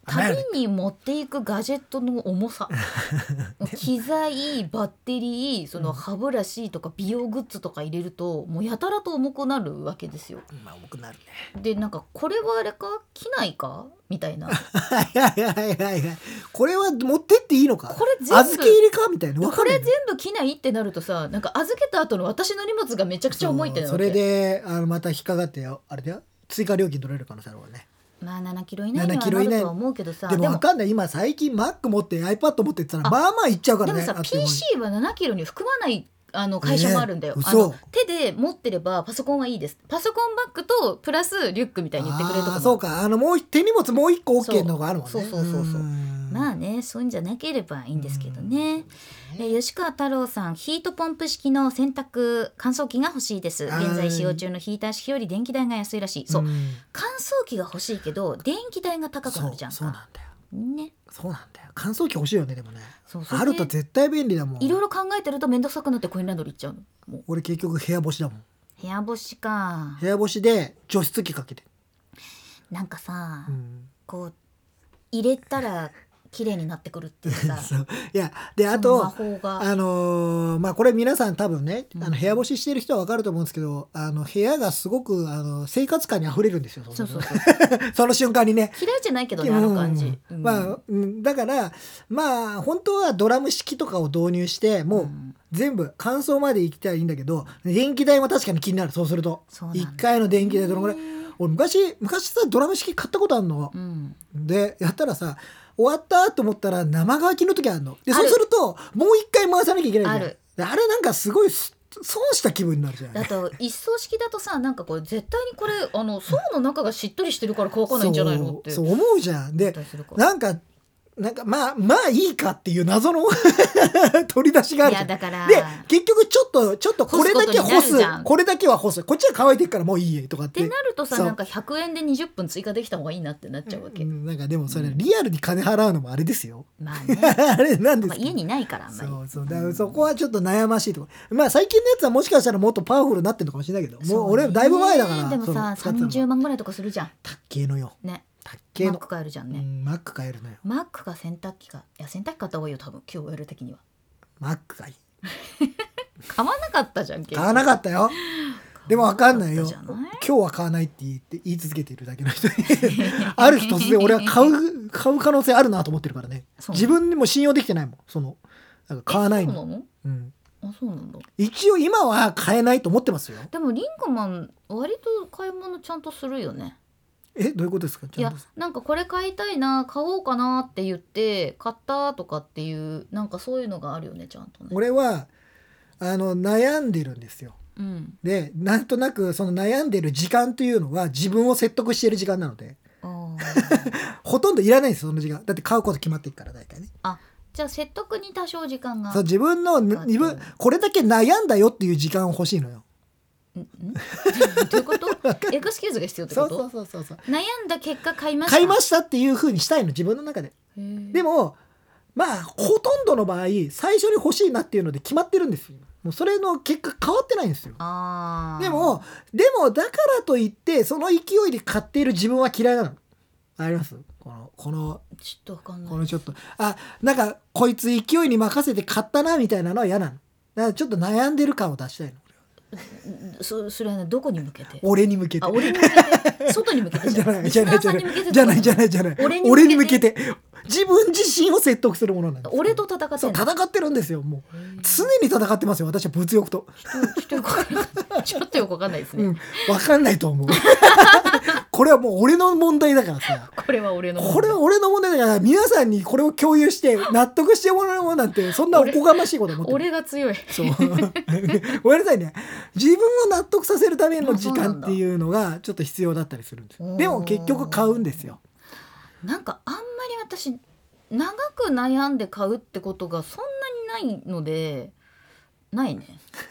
Speaker 1: 旅に持っていくガジェットの重さ機材、バッテリー、その歯ブラシとか美容グッズとか入れるともうやたらと重くなるわけですよ。
Speaker 2: まあ重くなるね。
Speaker 1: でなんかこれはあれか機内かみたいな
Speaker 2: はいはいはいはいはい。これは持ってっていいのか、
Speaker 1: これ全部
Speaker 2: 預け入れかみたいな、分かんない
Speaker 1: これ全部機内ってなるとさ、なんか預けた後の私の荷物がめちゃくちゃ重いってなるわけ。
Speaker 2: それでまた引っかかってあれだよ、追加料金取れる可能性あるわね。
Speaker 1: まあ7キロ以内にはなるとは思うけどさ、
Speaker 2: でも分かんない、今最近 Mac 持って iPad 持ってって言ったらまあまあいっちゃうからね。
Speaker 1: でもさ PC は7キロに含まない会社もあるんだよ、手で持ってればパソコンはいいです、パソコンバッグとプラスリュックみたいに言ってくれるとこも。
Speaker 2: そうか、もう手荷物もう一個 OK のがあるもんね。
Speaker 1: そうまあね、そういうんじゃなければいいんですけどね。吉川太郎さん、ヒートポンプ式の洗濯乾燥機が欲しいです。現在使用中のヒーター式より電気代が安いらしい。そう乾燥機が欲しいけど電気代が高くなるじゃんか。
Speaker 2: そうなんだよ
Speaker 1: ね、
Speaker 2: そうなんだよ。乾燥機欲しいよね。でもね、
Speaker 1: そう
Speaker 2: あると絶対便利だもん。
Speaker 1: いろいろ考えてると面倒くさくなってコインランドリー行っちゃうの。もう
Speaker 2: 俺結局部屋干しだもん。
Speaker 1: 部屋干しか。
Speaker 2: 部屋干しで除湿機かけて、
Speaker 1: なんかさ、こう入れたら綺麗になってくるっていうさ
Speaker 2: そういやで、あと
Speaker 1: 魔法が
Speaker 2: まあこれ皆さん多分ね、部屋干ししてる人は分かると思うんですけど、部屋がすごく生活感にあふれるんですよ。
Speaker 1: そう
Speaker 2: その瞬間にね。
Speaker 1: 嫌いじゃないけどね、あの感じ、
Speaker 2: まあだからまあ本当はドラム式とかを導入してもう全部乾燥まで行きたらいいんだけど、電気代も確かに気になる。そうすると1回の電気代どのぐらい。俺昔さドラム式買ったことあるの、でやったらさ終わったと思ったら生乾きの時あるので、そうするともう一回回さなきゃいけないじゃん。あれなんかすごい損した気分になるじゃん。
Speaker 1: だと一層式だとさ、なんかこれ絶対にこれ層の中がしっとりしてるから乾かないんじゃないのって
Speaker 2: そう思うじゃん。でなんかまあいいかっていう謎の取り出しがあるじゃん。
Speaker 1: いやだから
Speaker 2: で結局ちょっとこれだけ干す、これだけは干す、こっちは乾いてるからもういいやとかって
Speaker 1: なるとさ、なんか100円で20分追加できた方がいいなってなっちゃうわけ。
Speaker 2: なんかでもそれリアルに金払うのもあれですよ。
Speaker 1: まあね
Speaker 2: あれなんですか、
Speaker 1: 家にないからあんまり。
Speaker 2: そうだからそこはちょっと悩ましいところ。まあ最近のやつはもしかしたらもっとパワフルになってるのかもしれないけど、もう俺だいぶ前だから。
Speaker 1: でもさ30万ぐらいとかするじゃん。
Speaker 2: たっけーのよ
Speaker 1: ね。
Speaker 2: マ
Speaker 1: ック買えるじゃんね。
Speaker 2: マック買えるのよ。
Speaker 1: マックか洗濯機か。いや洗濯機買った方がいいよ多分、今日やる的には。
Speaker 2: マックがいい。
Speaker 1: 買わなかったじゃん。
Speaker 2: 買わなかったよ。でも分かんないよ。今日は買わないって言い続けているだけの人にある日突然俺は買う可能性あるなと思ってるからね。自分にも信用できてないもん。なんか買わないの。
Speaker 1: そうなの？あ、そうなんだ。
Speaker 2: 一応今は買えないと思ってますよ。
Speaker 1: でもリンクマン割と買い物ちゃんとするよね。
Speaker 2: どういうことですか？
Speaker 1: いやなんかこれ買いたいな、買おうかなって言って買ったとかっていうなんかそういうのがあるよね、ちゃんとね。
Speaker 2: 俺は悩んでるんですよ。でなんとなくその悩んでる時間というのは自分を説得している時間なのでほとんどいらないんですその時間。だって買うこと決まってるから大体ね。
Speaker 1: じゃあ説得に多少時間が。
Speaker 2: そう自分これだけ悩んだよっていう時間欲しいのよ。
Speaker 1: どういうことエクスキューズが必要ってこと？そう悩んだ結果買いま
Speaker 2: したっていう風にしたいの自分の中で。でもまあほとんどの場合最初に欲しいなっていうので決まってるんですよ。もうそれの結果変わってないんですよ。でもだからといってその勢いで買っている自分は嫌いなの。あります？この
Speaker 1: ちょっと分かんない。
Speaker 2: ちょっとなんかこいつ勢いに任せて買ったなみたいなのは嫌なの。だからちょっと悩んでる感を出したいの。
Speaker 1: それはね、どこに向けて？
Speaker 2: 俺に向けて。
Speaker 1: 俺に向けて外に向けてじゃないじゃない
Speaker 2: 俺に向けて自分自身を説得するものなんです。
Speaker 1: 俺と戦って
Speaker 2: 戦ってるんですよ。もう常に戦ってますよ私は物欲と。
Speaker 1: ちょっとよくわかんないですね。
Speaker 2: わかんないと思うこれはもう俺の問題だからさ。
Speaker 1: これは俺の
Speaker 2: 問題だから皆さんにこれを共有して納得してもらうものなんてそんなおこがましいこと思って
Speaker 1: 俺が強い。
Speaker 2: そうごめんなさいね。自分を納得させるための時間っていうのがちょっと必要だったりするんです。でも結局買うんですよ。
Speaker 1: なんかあんまり私長く悩んで買うってことがそんなにないのでないね。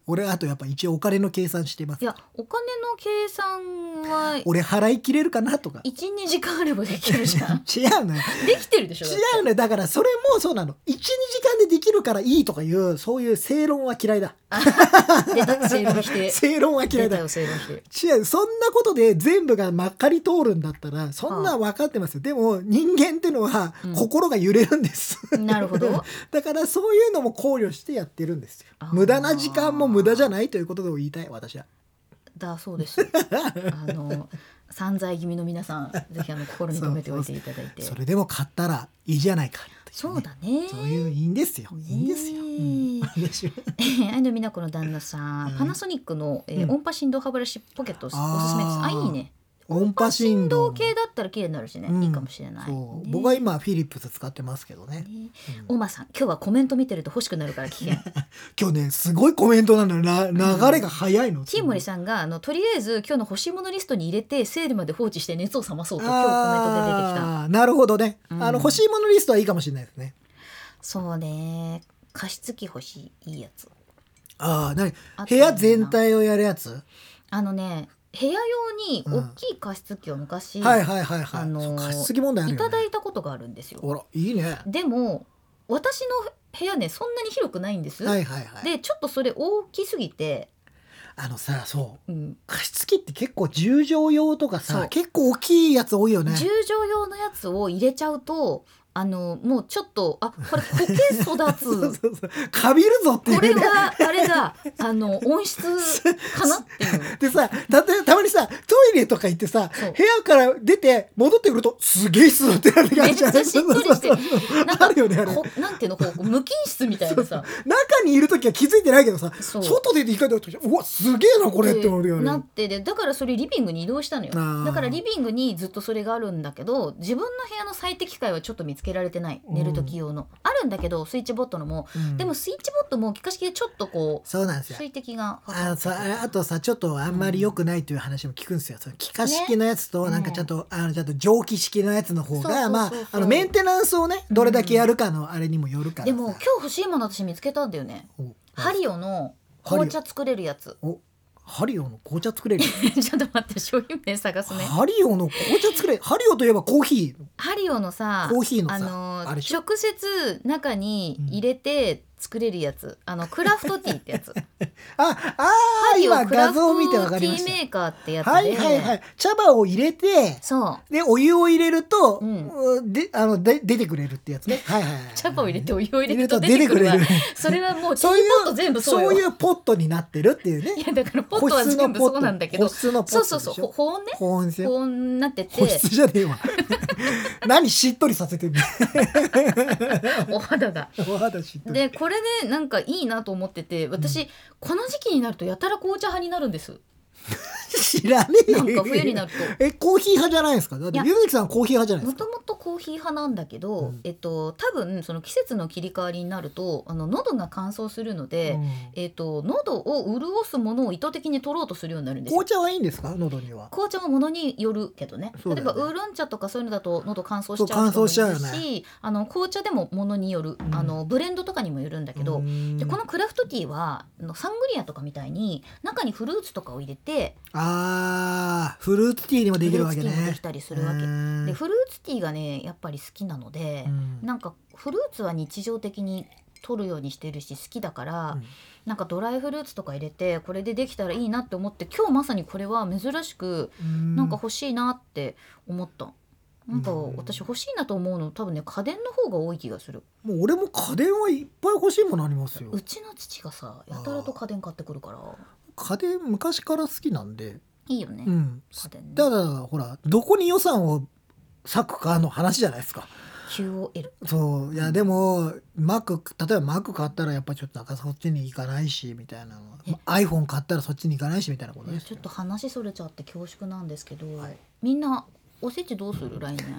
Speaker 2: 俺あとやっぱ一応お金の計算してます。
Speaker 1: いやお金の計算は
Speaker 2: 俺払い切れるかなとか。
Speaker 1: 1,2 時間あればできるじゃん
Speaker 2: 違うのよ。
Speaker 1: できてるでしょ。
Speaker 2: 違うのよ。だからそれもそうなの。1、2時間でできるからいいとかいうそういう正論は嫌いだ。
Speaker 1: 出た正論否定。
Speaker 2: 正論は嫌いだ。
Speaker 1: 出たよ正論否定。
Speaker 2: 違う、そんなことで全部がまっかり通るんだったらそんな分かってますよ。でも人間ってのは心が揺れるんです、
Speaker 1: なるほど。
Speaker 2: だからそういうのも考慮してやってるんですよ。無駄な時間も無駄じゃないということで言いたい私は。
Speaker 1: だそうです散財気味の皆さんぜひ心に留めておいていただいて。
Speaker 2: それでも買ったらいいじゃないかっていうね、
Speaker 1: そうだね。
Speaker 2: そういういいんですよ。いいんですよ。
Speaker 1: 愛の美奈子の旦那さん、パナソニックの、音波振動歯ブラシポケットおすすめです。あ、いいね。
Speaker 2: 音波振動
Speaker 1: 系だったら綺麗になるしね、いいかもしれない、
Speaker 2: そう、僕は今フィリップス使ってますけどね。
Speaker 1: おまさん、今日はコメント見てると欲しくなるから危険
Speaker 2: 今日ねすごいコメントなのよな、流れが早いの。
Speaker 1: ティーモリさんがとりあえず今日の欲しいものリストに入れてセールまで放置して熱を冷まそうと今日コメントで出てきた。
Speaker 2: なるほどね、欲しいものリストはいいかもしれないですね。
Speaker 1: そうね、加湿器欲しい、いいやつ。
Speaker 2: 何部屋全体をやるやつ。
Speaker 1: 部屋用に大きい加湿器を昔、
Speaker 2: 加湿器問題あるよね。
Speaker 1: いただいたことがあるんですよ。
Speaker 2: あらいいね。
Speaker 1: でも私の部屋ねそんなに広くないんです、でちょっとそれ大きすぎて
Speaker 2: そう、加湿器って結構10畳用とかさ結構大きいやつ多いよね。
Speaker 1: 10畳用のやつを入れちゃうともうちょっとこれ苔育つ
Speaker 2: かびるぞっていう、
Speaker 1: これはあれだ温室かなっていう
Speaker 2: でさたまにさトイレとか行ってさ部屋から出て戻ってくるとすげえ湿ってなる
Speaker 1: めっちゃしっとりしてなんか
Speaker 2: あるよね、あれ
Speaker 1: なんていうの無菌室みたいなさ
Speaker 2: 中にいる時は気づいてないけどさ外出て光った時うわすげえなこれって思うよね。
Speaker 1: なってでだからそれリビングに移動したのよ。だからリビングにずっとそれがあるんだけど自分の部屋の最適解はちょっと見つけられてない。寝る時用のあるんだけどスイッチボットのも、でもスイッチボットも気化式でちょっとこう
Speaker 2: そうなんですよ。
Speaker 1: 水滴が
Speaker 2: あとさちょっとあんまり良くないという話も聞くんですよ。その気化式のやつとなんかちゃんと蒸気式のやつの方がメンテナンスをねどれだけやるかのあれにもよるから。
Speaker 1: でも今日欲しいもの私見つけたんだよね。ハリオの紅茶作れるやつ。
Speaker 2: ハリオの紅茶作れる
Speaker 1: ちょっと待って商品名探すね。
Speaker 2: ハリオの紅茶作れる。ハリオといえばコーヒー。
Speaker 1: ハリオのさ
Speaker 2: コーヒーのさ
Speaker 1: 直接中に入れて作れるやつ、クラフトティーってやつ
Speaker 2: 今画像を見て分かりました。
Speaker 1: ティーメーカーってやつで、
Speaker 2: 茶葉を入れて
Speaker 1: そう
Speaker 2: でお湯を入れると、出てくれるってやつね。
Speaker 1: 茶葉を入れてお湯を入れると出てくるわそれはもうティーポット全部
Speaker 2: そういうポットになってるっていうね。
Speaker 1: いやだからポットは全部そうなんだけど、そう保温ね、保温になってて、
Speaker 2: 保湿じゃねえわ何しっとりさせてる
Speaker 1: お肌が
Speaker 2: しっとり
Speaker 1: でこれねなんかいいなと思ってて私、この時期になるとやたら紅茶派になるんです。
Speaker 2: 知らねえ
Speaker 1: なんか冬になると
Speaker 2: コーヒー派じゃないですか。だってゆずきさんコーヒー派じゃないですか。
Speaker 1: もともとコーヒー派なんだけど、多分その季節の切り替わりになると喉が乾燥するので、喉を潤すものを意図的に取ろうとするようになるんですよ。
Speaker 2: 紅茶はいいんですか喉には。
Speaker 1: 紅茶はものによるけどね。例えばウーロン茶とかそういうのだと喉乾燥しちゃう人もいるし、紅茶でもものによる、ブレンドとかにもよるんだけど、でこのクラフトティーはサングリアとかみたいに中にフルーツとかを入れて
Speaker 2: フルーツティーにもできるわけね。
Speaker 1: フルーツティーもできたりするわけで、フルーツティーがねやっぱり好きなので、なんかフルーツは日常的に取るようにしてるし好きだから、なんかドライフルーツとか入れてこれでできたらいいなって思って、今日まさにこれは珍しくなんか欲しいなって思った。なんか私欲しいなと思うの多分ね家電の方が多い気がする。
Speaker 2: もう俺も家電はいっぱい欲しいものありますよ。
Speaker 1: うちの父がさやたらと家電買ってくるから。
Speaker 2: 家電昔から好きなんで
Speaker 1: いいよね、家電ね。
Speaker 2: だからほらどこに予算を割くかの話じゃないですか。
Speaker 1: QOL
Speaker 2: そういやでも例えば Mac 買ったらやっぱちょっとなんかそっちに行かないしみたいなの、iPhone 買ったらそっちに行かないしみたいなことですよ。
Speaker 1: ちょっと話それちゃって恐縮なんですけど、みんなおせちどうする来年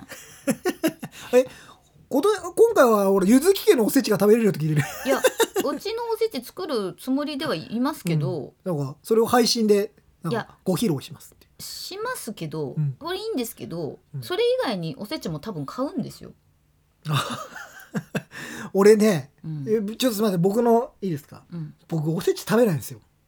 Speaker 2: 今回は俺ゆずき家のおせちが食べれるよって聞いてる
Speaker 1: いやうちのおせち作るつもりではいますけど、
Speaker 2: なんかそれを配信でなんかご披露しますって
Speaker 1: しますけど、これいいんですけど、それ以外におせちも多分買うんですよ
Speaker 2: 俺ね、ちょっとすみません僕のいいですか、僕おせち食べないんですよ。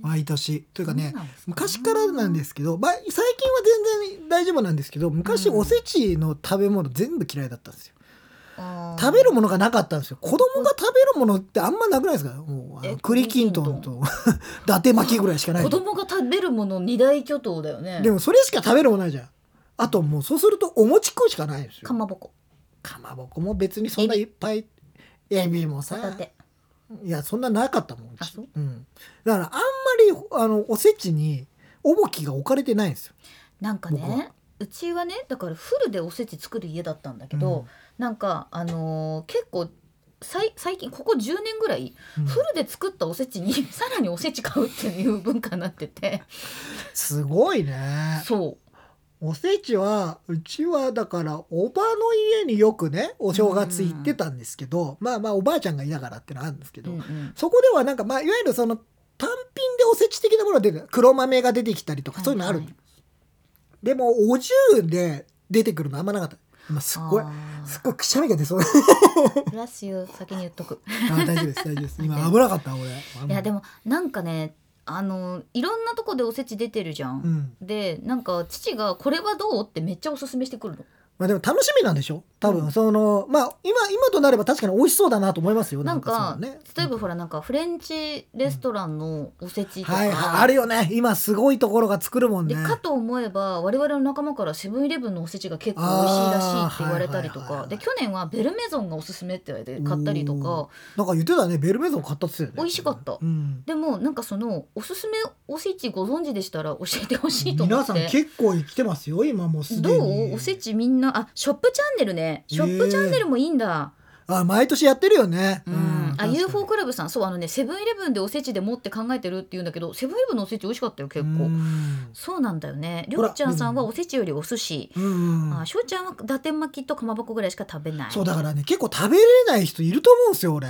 Speaker 2: 毎年というかね、
Speaker 1: そうなんですか。
Speaker 2: 昔からなんですけど、最近は全然大丈夫なんですけど、昔おせちの食べ物全部嫌いだったんですよ。食べるものがなかったんですよ。子供が食べるものってあんまなくないですか。もう栗きんとんと伊達巻きぐらいしかない。
Speaker 1: 子供が食べるもの二大巨頭だよね。
Speaker 2: でもそれしか食べるものないじゃん。あともうそうするとお餅食うしかないんですよ。
Speaker 1: かまぼこ。
Speaker 2: かまぼこも別にそんないっぱい、エビもさ、
Speaker 1: ホタテ。
Speaker 2: いやそんななかったもん。
Speaker 1: あ、そう。
Speaker 2: だからあんまりおせちに重きが置かれてないんですよ。
Speaker 1: なんか
Speaker 2: 僕は
Speaker 1: ね、うちはね、だからフルでおせち作る家だったんだけど、なんか結構最近ここ10年ぐらい、フルで作ったおせちにさらにおせち買うっていう文化になってて、
Speaker 2: すごいね。
Speaker 1: そう
Speaker 2: おせちはうちはだからおばの家によくねお正月行ってたんですけど、まあおばあちゃんがいながらってのはあるんですけど、そこではなんかいわゆるその単品でおせち的なものが出て、黒豆が出てきたりとかそういうのある、でもお重で出てくるのあんまなかった。今すっごいくしゃみが出そう。
Speaker 1: プラスよ、先に言っとく。
Speaker 2: 大丈夫です大丈夫です。今危なかった俺。
Speaker 1: いやでもなんかね、いろんなとこでおせち出てるじゃん、でなんか父がこれはどうってめっちゃおすすめしてくるの。
Speaker 2: でも楽しみなんでしょ多分、その今となれば確かに美味しそうだなと思いますよ。
Speaker 1: なんか
Speaker 2: ね、
Speaker 1: 例えばほらなんかフレンチレストランのおせちとか、
Speaker 2: あるよね今すごいところが作るもんね。
Speaker 1: でかと思えば我々の仲間からセブンイレブンのおせちが結構美味しいらしいって言われたりとかで、去年はベルメゾンがおすすめって言われて買ったりとか。
Speaker 2: なんか言ってたね、ベルメゾン買ったって言ってたよね。
Speaker 1: 美味しかった、でもなんかそのおすすめおせちご存知でしたら教えてほしいと思って。
Speaker 2: 皆さん結構生きてますよ今もうすでに。
Speaker 1: どうおせちみんなショップチャンネルね、ショップチャンネルもいいんだ。
Speaker 2: 毎年やってるよね。
Speaker 1: UFO クラブさん、そうセブンイレブンでおせちでもって考えてるって言うんだけど、セブンイレブンのおせち美味しかったよ結構。そうなんだよね。りょうちゃんさんはおせちよりお寿司、しょうちゃんは伊達巻きとかまぼこぐらいしか食べない。
Speaker 2: そうだからね、結構食べれない人いると思うんですよ俺。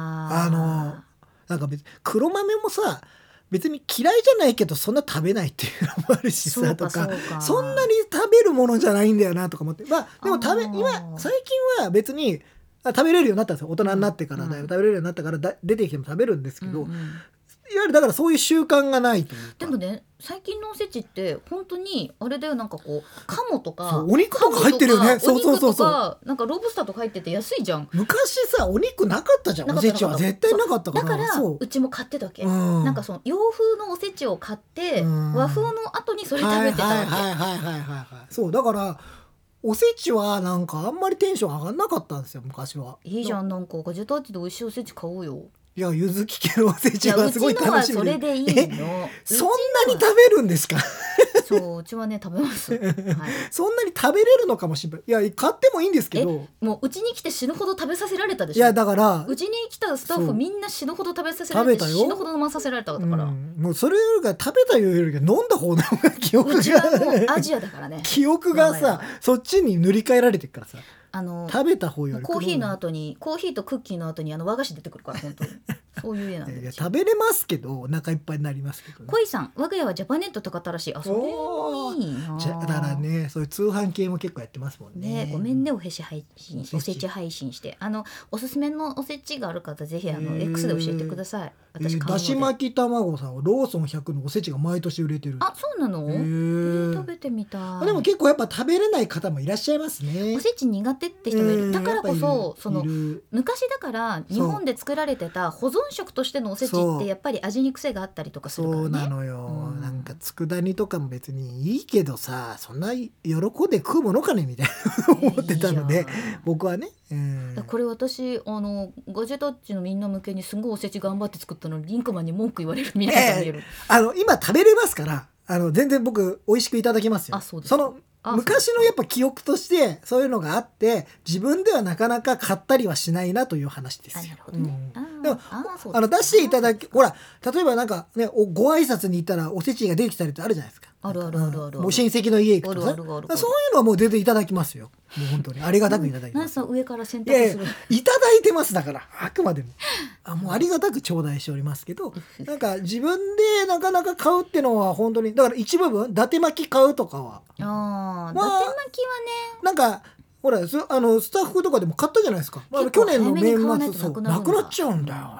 Speaker 2: なんか別に黒豆もさ別に嫌いじゃないけどそんな食べないっていうのもあるしさとか、そんなに食べるものじゃないんだよなとか思って、でも今最近は別に食べれるようになったんですよ。大人になってからだよ、食べれるようになったから出てきても食べるんですけど、いわゆるだからそういう習慣がないというか。
Speaker 1: でもね最近のおせちって本当にあれだよ、なんかこう鴨とか
Speaker 2: お肉とか入ってるよね。
Speaker 1: お肉とかなんかロブスターとか入ってて安いじゃん。
Speaker 2: 昔さお肉なかったじゃん。おせちは絶対なかったから。
Speaker 1: だからうちも買ってたわけ、なんかその洋風のおせちを買って和風の後にそれ食べてたわけ。
Speaker 2: そうだからおせちはなんかあんまりテンション上がんなかったんですよ昔は。
Speaker 1: いいじゃん、なんかガジェタッチで美味しいおせち買おうよ。
Speaker 2: いや柚月家のおせちはすごい楽しみで。
Speaker 1: うちのはそれでいいの。
Speaker 2: そんなに食べるんですか。
Speaker 1: そううちはね食べます、
Speaker 2: そんなに食べれるのかもしれない。いや買ってもいいんですけど、
Speaker 1: もううちに来て死ぬほど食べさせられたでしょ。
Speaker 2: いやだから
Speaker 1: うちに来たスタッフみんな死ぬほど食べさせられて死ぬほど飲まさせられたから、
Speaker 2: もうそれよりか食べたよりか飲んだ方の記憶が、
Speaker 1: うちはもうアジアだからね。
Speaker 2: 記憶がさそっちに塗り替えられてるからさ、食べた方より
Speaker 1: コーヒーの後にコーヒーとクッキーの後に和菓子出てくるから本当にそういう家なんで。
Speaker 2: いや食べれますけどお腹いっぱいになりますけどね。
Speaker 1: 恋さん、我が家はジャパネットとかったらしい。それもいいな。
Speaker 2: だからねそういう通販系も結構やってますもんね。
Speaker 1: ごめんねおせち配信しておすすめのおせちがある方ぜひX で教えてください。私
Speaker 2: だし巻き卵さんはローソン100のおせちが毎年売れてる。
Speaker 1: そうなの？食べてみたい。
Speaker 2: でも結構やっぱ食べれない方もいらっしゃいますね。
Speaker 1: おせち苦手って人もいる。だからこそその昔だから日本で作られてた保存食としてのおせちってやっぱり味に癖があったりとかするからね。
Speaker 2: そうなのよ、なんか佃煮とかも別にいいけどさそんな喜んで食うものかねみたいな思ってたので、僕はね、
Speaker 1: これ私ガジェタッチのみんな向けにすごいおせち頑張って作ったのにリンクマンに文句言われる未来が見える。
Speaker 2: 今食べれますから全然僕美味しくいただきますよ。
Speaker 1: そうですか。
Speaker 2: その昔のやっぱ記憶としてそういうのがあって自分ではなかなか買ったりはしないなという話ですよ。
Speaker 1: なるほどね。
Speaker 2: でも出していただきほら例えばなんかねご挨拶に行ったらおせちができたりってあるじゃないですか。
Speaker 1: ある。
Speaker 2: もう親戚の家行くとさそういうのはもう全然いただきますよ。もう本当にありがたくいただきます。
Speaker 1: 上から選択する。
Speaker 2: いただいてますだからあくまでももうありがたく頂戴しておりますけどなんか自分でなかなか買うってのは本当にだから一部分伊達巻き買うとかは
Speaker 1: 伊達巻きはね
Speaker 2: なんかほらスタッフとかでも買ったじゃないですか。去年の年末そうなくなっちゃうんだよあれ。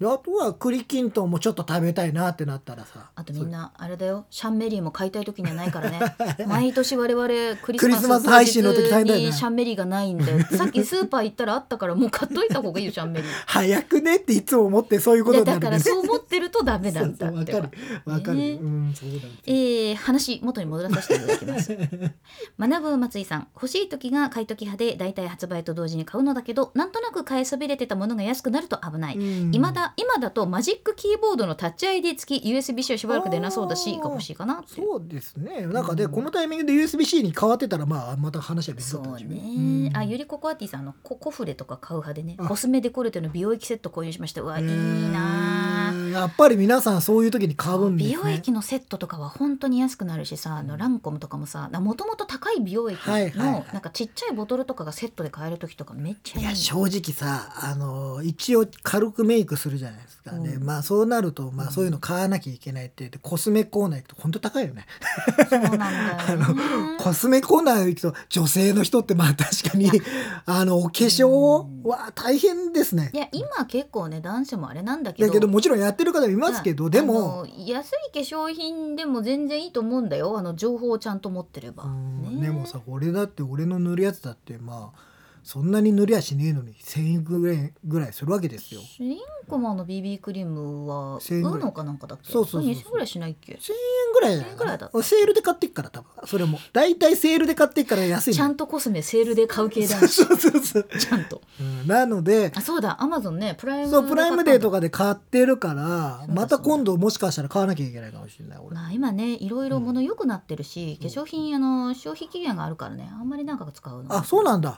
Speaker 2: であとは栗きんとんもちょっと食べたいなってなったらさ、
Speaker 1: あとみんなあれだよ、シャンメリーも買いたい時にはないからね毎年我々クリ
Speaker 2: クリスマス配信の時大変だよね
Speaker 1: にシャンメリーがないんでさっきスーパー行ったらあったからもう買っといた方がいいよシャンメリー
Speaker 2: 早くねっていつも思ってそういうことになる
Speaker 1: だからそう思ってるとダメなんだって
Speaker 2: わかるわかる、
Speaker 1: ね
Speaker 2: そうだ
Speaker 1: 話元に戻らさせていただきます学ぶ松井さん、欲しい時が買い時派でだいたい発売と同時に買うのだけど、なんとなく買いそびれてたものが安くなると危ない。今だとマジックキーボードのタッチ ID 付き USB-C はしばらく出なそうだしが欲しいかなって。
Speaker 2: そうですね。なんかで、このタイミングで USB-C に変わってたらまあまた話は別だったんでしょうね。
Speaker 1: あ、ゆりココアティさんコフレとか買う派でね、コスメデコルテの美容液セット購入しました。うわ、いいな。
Speaker 2: やっぱり皆さんそういう時に買うんですね。
Speaker 1: 美容液のセットとかは本当に安くなるしさ、ランコムとかもさ、もともと高い美容液のなんかちっちゃいボトルとかがセットで買える時とかめっちゃいい。
Speaker 2: いや正直さ、一応軽くメイクするじゃないですかね。まあそうなるとまあそういうの買わなきゃいけないって言って、コスメコーナー行くと本当高いよね。
Speaker 1: そうなんだよね
Speaker 2: コスメコーナー行くと女性の人ってまあ確かにお化粧は大変ですね。
Speaker 1: いや今結構ね男子もあれなんだけど、
Speaker 2: だけどもちろんやってる方いますけど、でも
Speaker 1: 安い化粧品でも全然いいと思うんだよ、情報をちゃんと持ってれば、
Speaker 2: でもさ、俺の塗るやつだってまあそんなに塗りゃしねえのに1000円ぐらいするわけですよ。
Speaker 1: リンクマンの BB クリームはウノかなんかだっけ。
Speaker 2: そう
Speaker 1: 2000円ぐらいしないっけ。
Speaker 2: 1000円ぐらいだよ。セールで買ってっから多分それもだいたいセールで買ってっから安い。
Speaker 1: ちゃんとコスメセールで買う系だし
Speaker 2: そう
Speaker 1: ちゃんと、
Speaker 2: なので
Speaker 1: そうだ、アマゾンね、プライム
Speaker 2: デーとかで買ってるから、また今度もしかしたら買わなきゃいけないかもしれない。俺
Speaker 1: 今ねいろいろ物良くなってるし、化粧品消費期限があるからね、あんまりなんか使うの。
Speaker 2: あ、そうなんだ。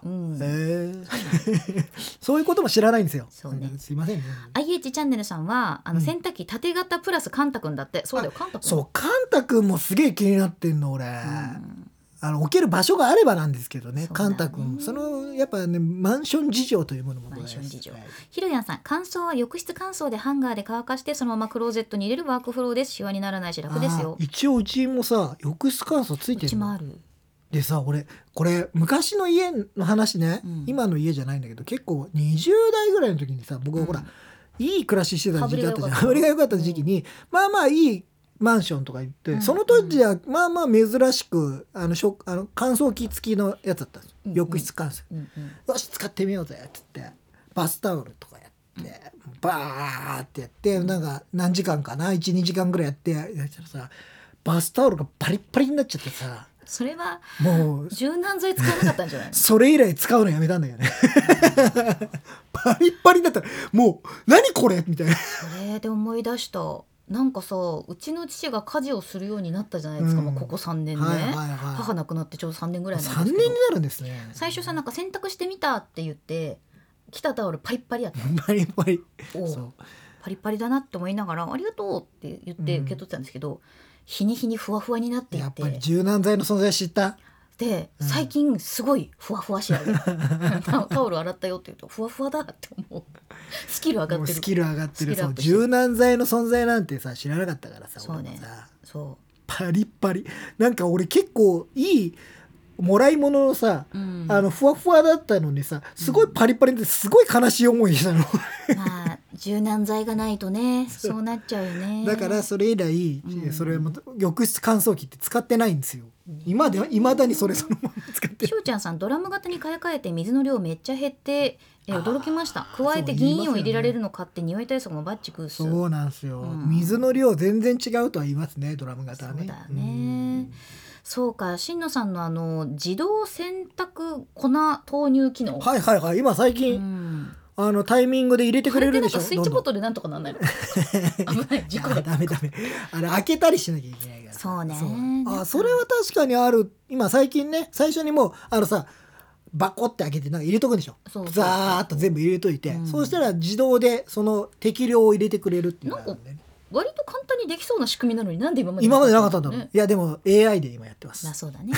Speaker 2: そういうことも知らないんですよ。
Speaker 1: そうね、
Speaker 2: すいませんね。
Speaker 1: IH チャンネルさんは洗濯機縦型プラスカンタ君だって。そうだよ、カンタ君。
Speaker 2: そう、カンタ君もすげえ気になってんの俺。置ける場所があればなんですけどね、カンタ君。やっぱね、マンション事情というものもございます。
Speaker 1: ひろやんさん、乾燥は浴室乾燥でハンガーで乾かしてそのままクローゼットに入れるワークフローです。シワにならないし楽ですよ。
Speaker 2: 一応うちもさ浴室乾燥ついてるの。
Speaker 1: うちもある。
Speaker 2: でさ、俺これ昔の家の話ね、今の家じゃないんだけど、結構20代ぐらいの時にさ、僕はほら、いい暮らししてた時期あったじゃん。羽振りが良かった時期に、まあまあいいマンションとか行って、その当時はまあまあ珍しく乾燥機付きのやつだったんですよ、浴室乾燥。よし使ってみようぜっつってバスタオルとかやってバーってやって、なんか何時間かな 1,2 時間ぐらいやったらさ、バスタオルがパリッパリになっちゃってさ、
Speaker 1: それは
Speaker 2: もう
Speaker 1: 柔軟剤使わなかったんじゃない
Speaker 2: それ以来使うのやめたんだよねパリッパリになったらもう何これみたいな。
Speaker 1: それで思い出した、なんかさ、うちの父が家事をするようになったじゃないですか、ここ3年ね、母亡くなってちょうど3年ぐらいなんですけど、
Speaker 2: 3年になるんですね。
Speaker 1: 最初さ、なんか洗濯してみたって言って着たタオルパリッパリやった
Speaker 2: パリパリ、
Speaker 1: パリパリだなって思いながらありがとうって言って受け取ってたんですけど、日に日にふわふわになっていって、
Speaker 2: やっぱり柔軟剤の存在知った
Speaker 1: で、最近すごいふわふわしやるタオル洗ったよって言うとふわふわだって思う。スキル上がってる。
Speaker 2: スキル上がってる。そう、柔軟剤の存在なんてさ知らなかったからさ。
Speaker 1: そうね、そう、
Speaker 2: パリッパリ。なんか俺結構いいもらい物のさ、ふわふわだったのにさ、すごいパリッパリですごい悲しい思いしたの
Speaker 1: まあ柔軟剤がないとね、そうなっちゃうよね。
Speaker 2: だからそれ以来、それも浴室乾燥機って使ってないんですよ。いまだにそのまま使ってる。
Speaker 1: しょうちゃんさん、ドラム型に買い替えて水の量めっちゃ減って驚きました。加えて銀イオン入れられるの買って匂い対策もバッチグース。
Speaker 2: そうなんですよ、水の量全然違うとは言いますね、ドラム型はね。
Speaker 1: そうだね。そうか、しんのさんの自動洗濯粉投入機能。
Speaker 2: はいはいはい、今最近、タイミングで入れてくれるでしょ。
Speaker 1: スイッチボトルでなんとかなんないの危ない、事故だ。
Speaker 2: ダメ開けたりしなきゃいけないから。
Speaker 1: そうね。
Speaker 2: それは確かにある。今最近ね、最初にもうさバコって開けてなんか入れとくんでしょ。ザーッと全部入れといて、そうしたら自動でその適量を入れてくれるっていうのがあるんでね。
Speaker 1: 割と簡単にできそうな仕組みなのに、なんで今まで
Speaker 2: なかったんだろう。いやでも AI で今やってます。
Speaker 1: そうだね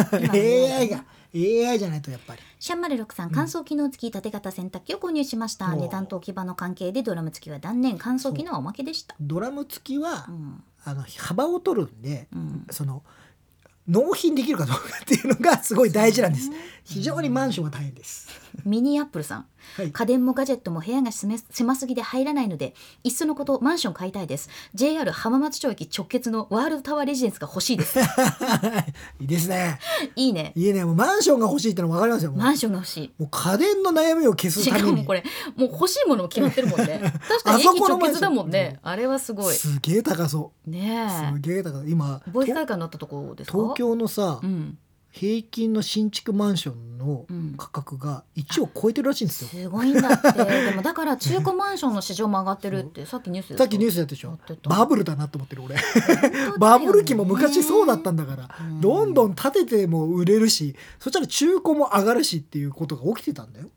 Speaker 2: AI じゃないとやっぱり。
Speaker 1: シャンマル6さん、乾燥機能付き縦型洗濯機を購入しました。値段と置き場の関係でドラム付きは断念、乾燥機能はおまけでした。
Speaker 2: ドラム付きは、幅を取るんで、その納品できるかどうかっていうのがすごい大事なんです。非常にマンションは大変です。
Speaker 1: ミニアップルさん、
Speaker 2: はい、
Speaker 1: 家電もガジェットも部屋が狭すぎで入らないので、いっそのことマンション買いたいです。 JR 浜松町駅直結のワールドタワーレジデンスが欲しいです
Speaker 2: いいですね。
Speaker 1: いいね。
Speaker 2: いいね。もうマンションが欲しいっての分かりますよ。もう
Speaker 1: マンションが欲しい。
Speaker 2: もう家電の悩みを消すために。
Speaker 1: しかもこれもう欲しいものも決まってるもんね確かに駅直結だもんね。あれはすごい。
Speaker 2: すげえ高そう
Speaker 1: ねえ。
Speaker 2: すげえ高そう。今
Speaker 1: 貿易会館になったところですか。
Speaker 2: 東京のさ、
Speaker 1: うん、
Speaker 2: 平均の新築マンションの価格が1を超えてるらしいんですよ。
Speaker 1: すごいんだってでもだから中古マンションの市場も上がってるってさっきニュースで
Speaker 2: さっきニュースやったでしょ。バブルだなと思ってる俺バブル期も昔そうだったんだから、どんどん建てても売れるし、そしたら中古も上がるしっていうことが起きてたんだよ、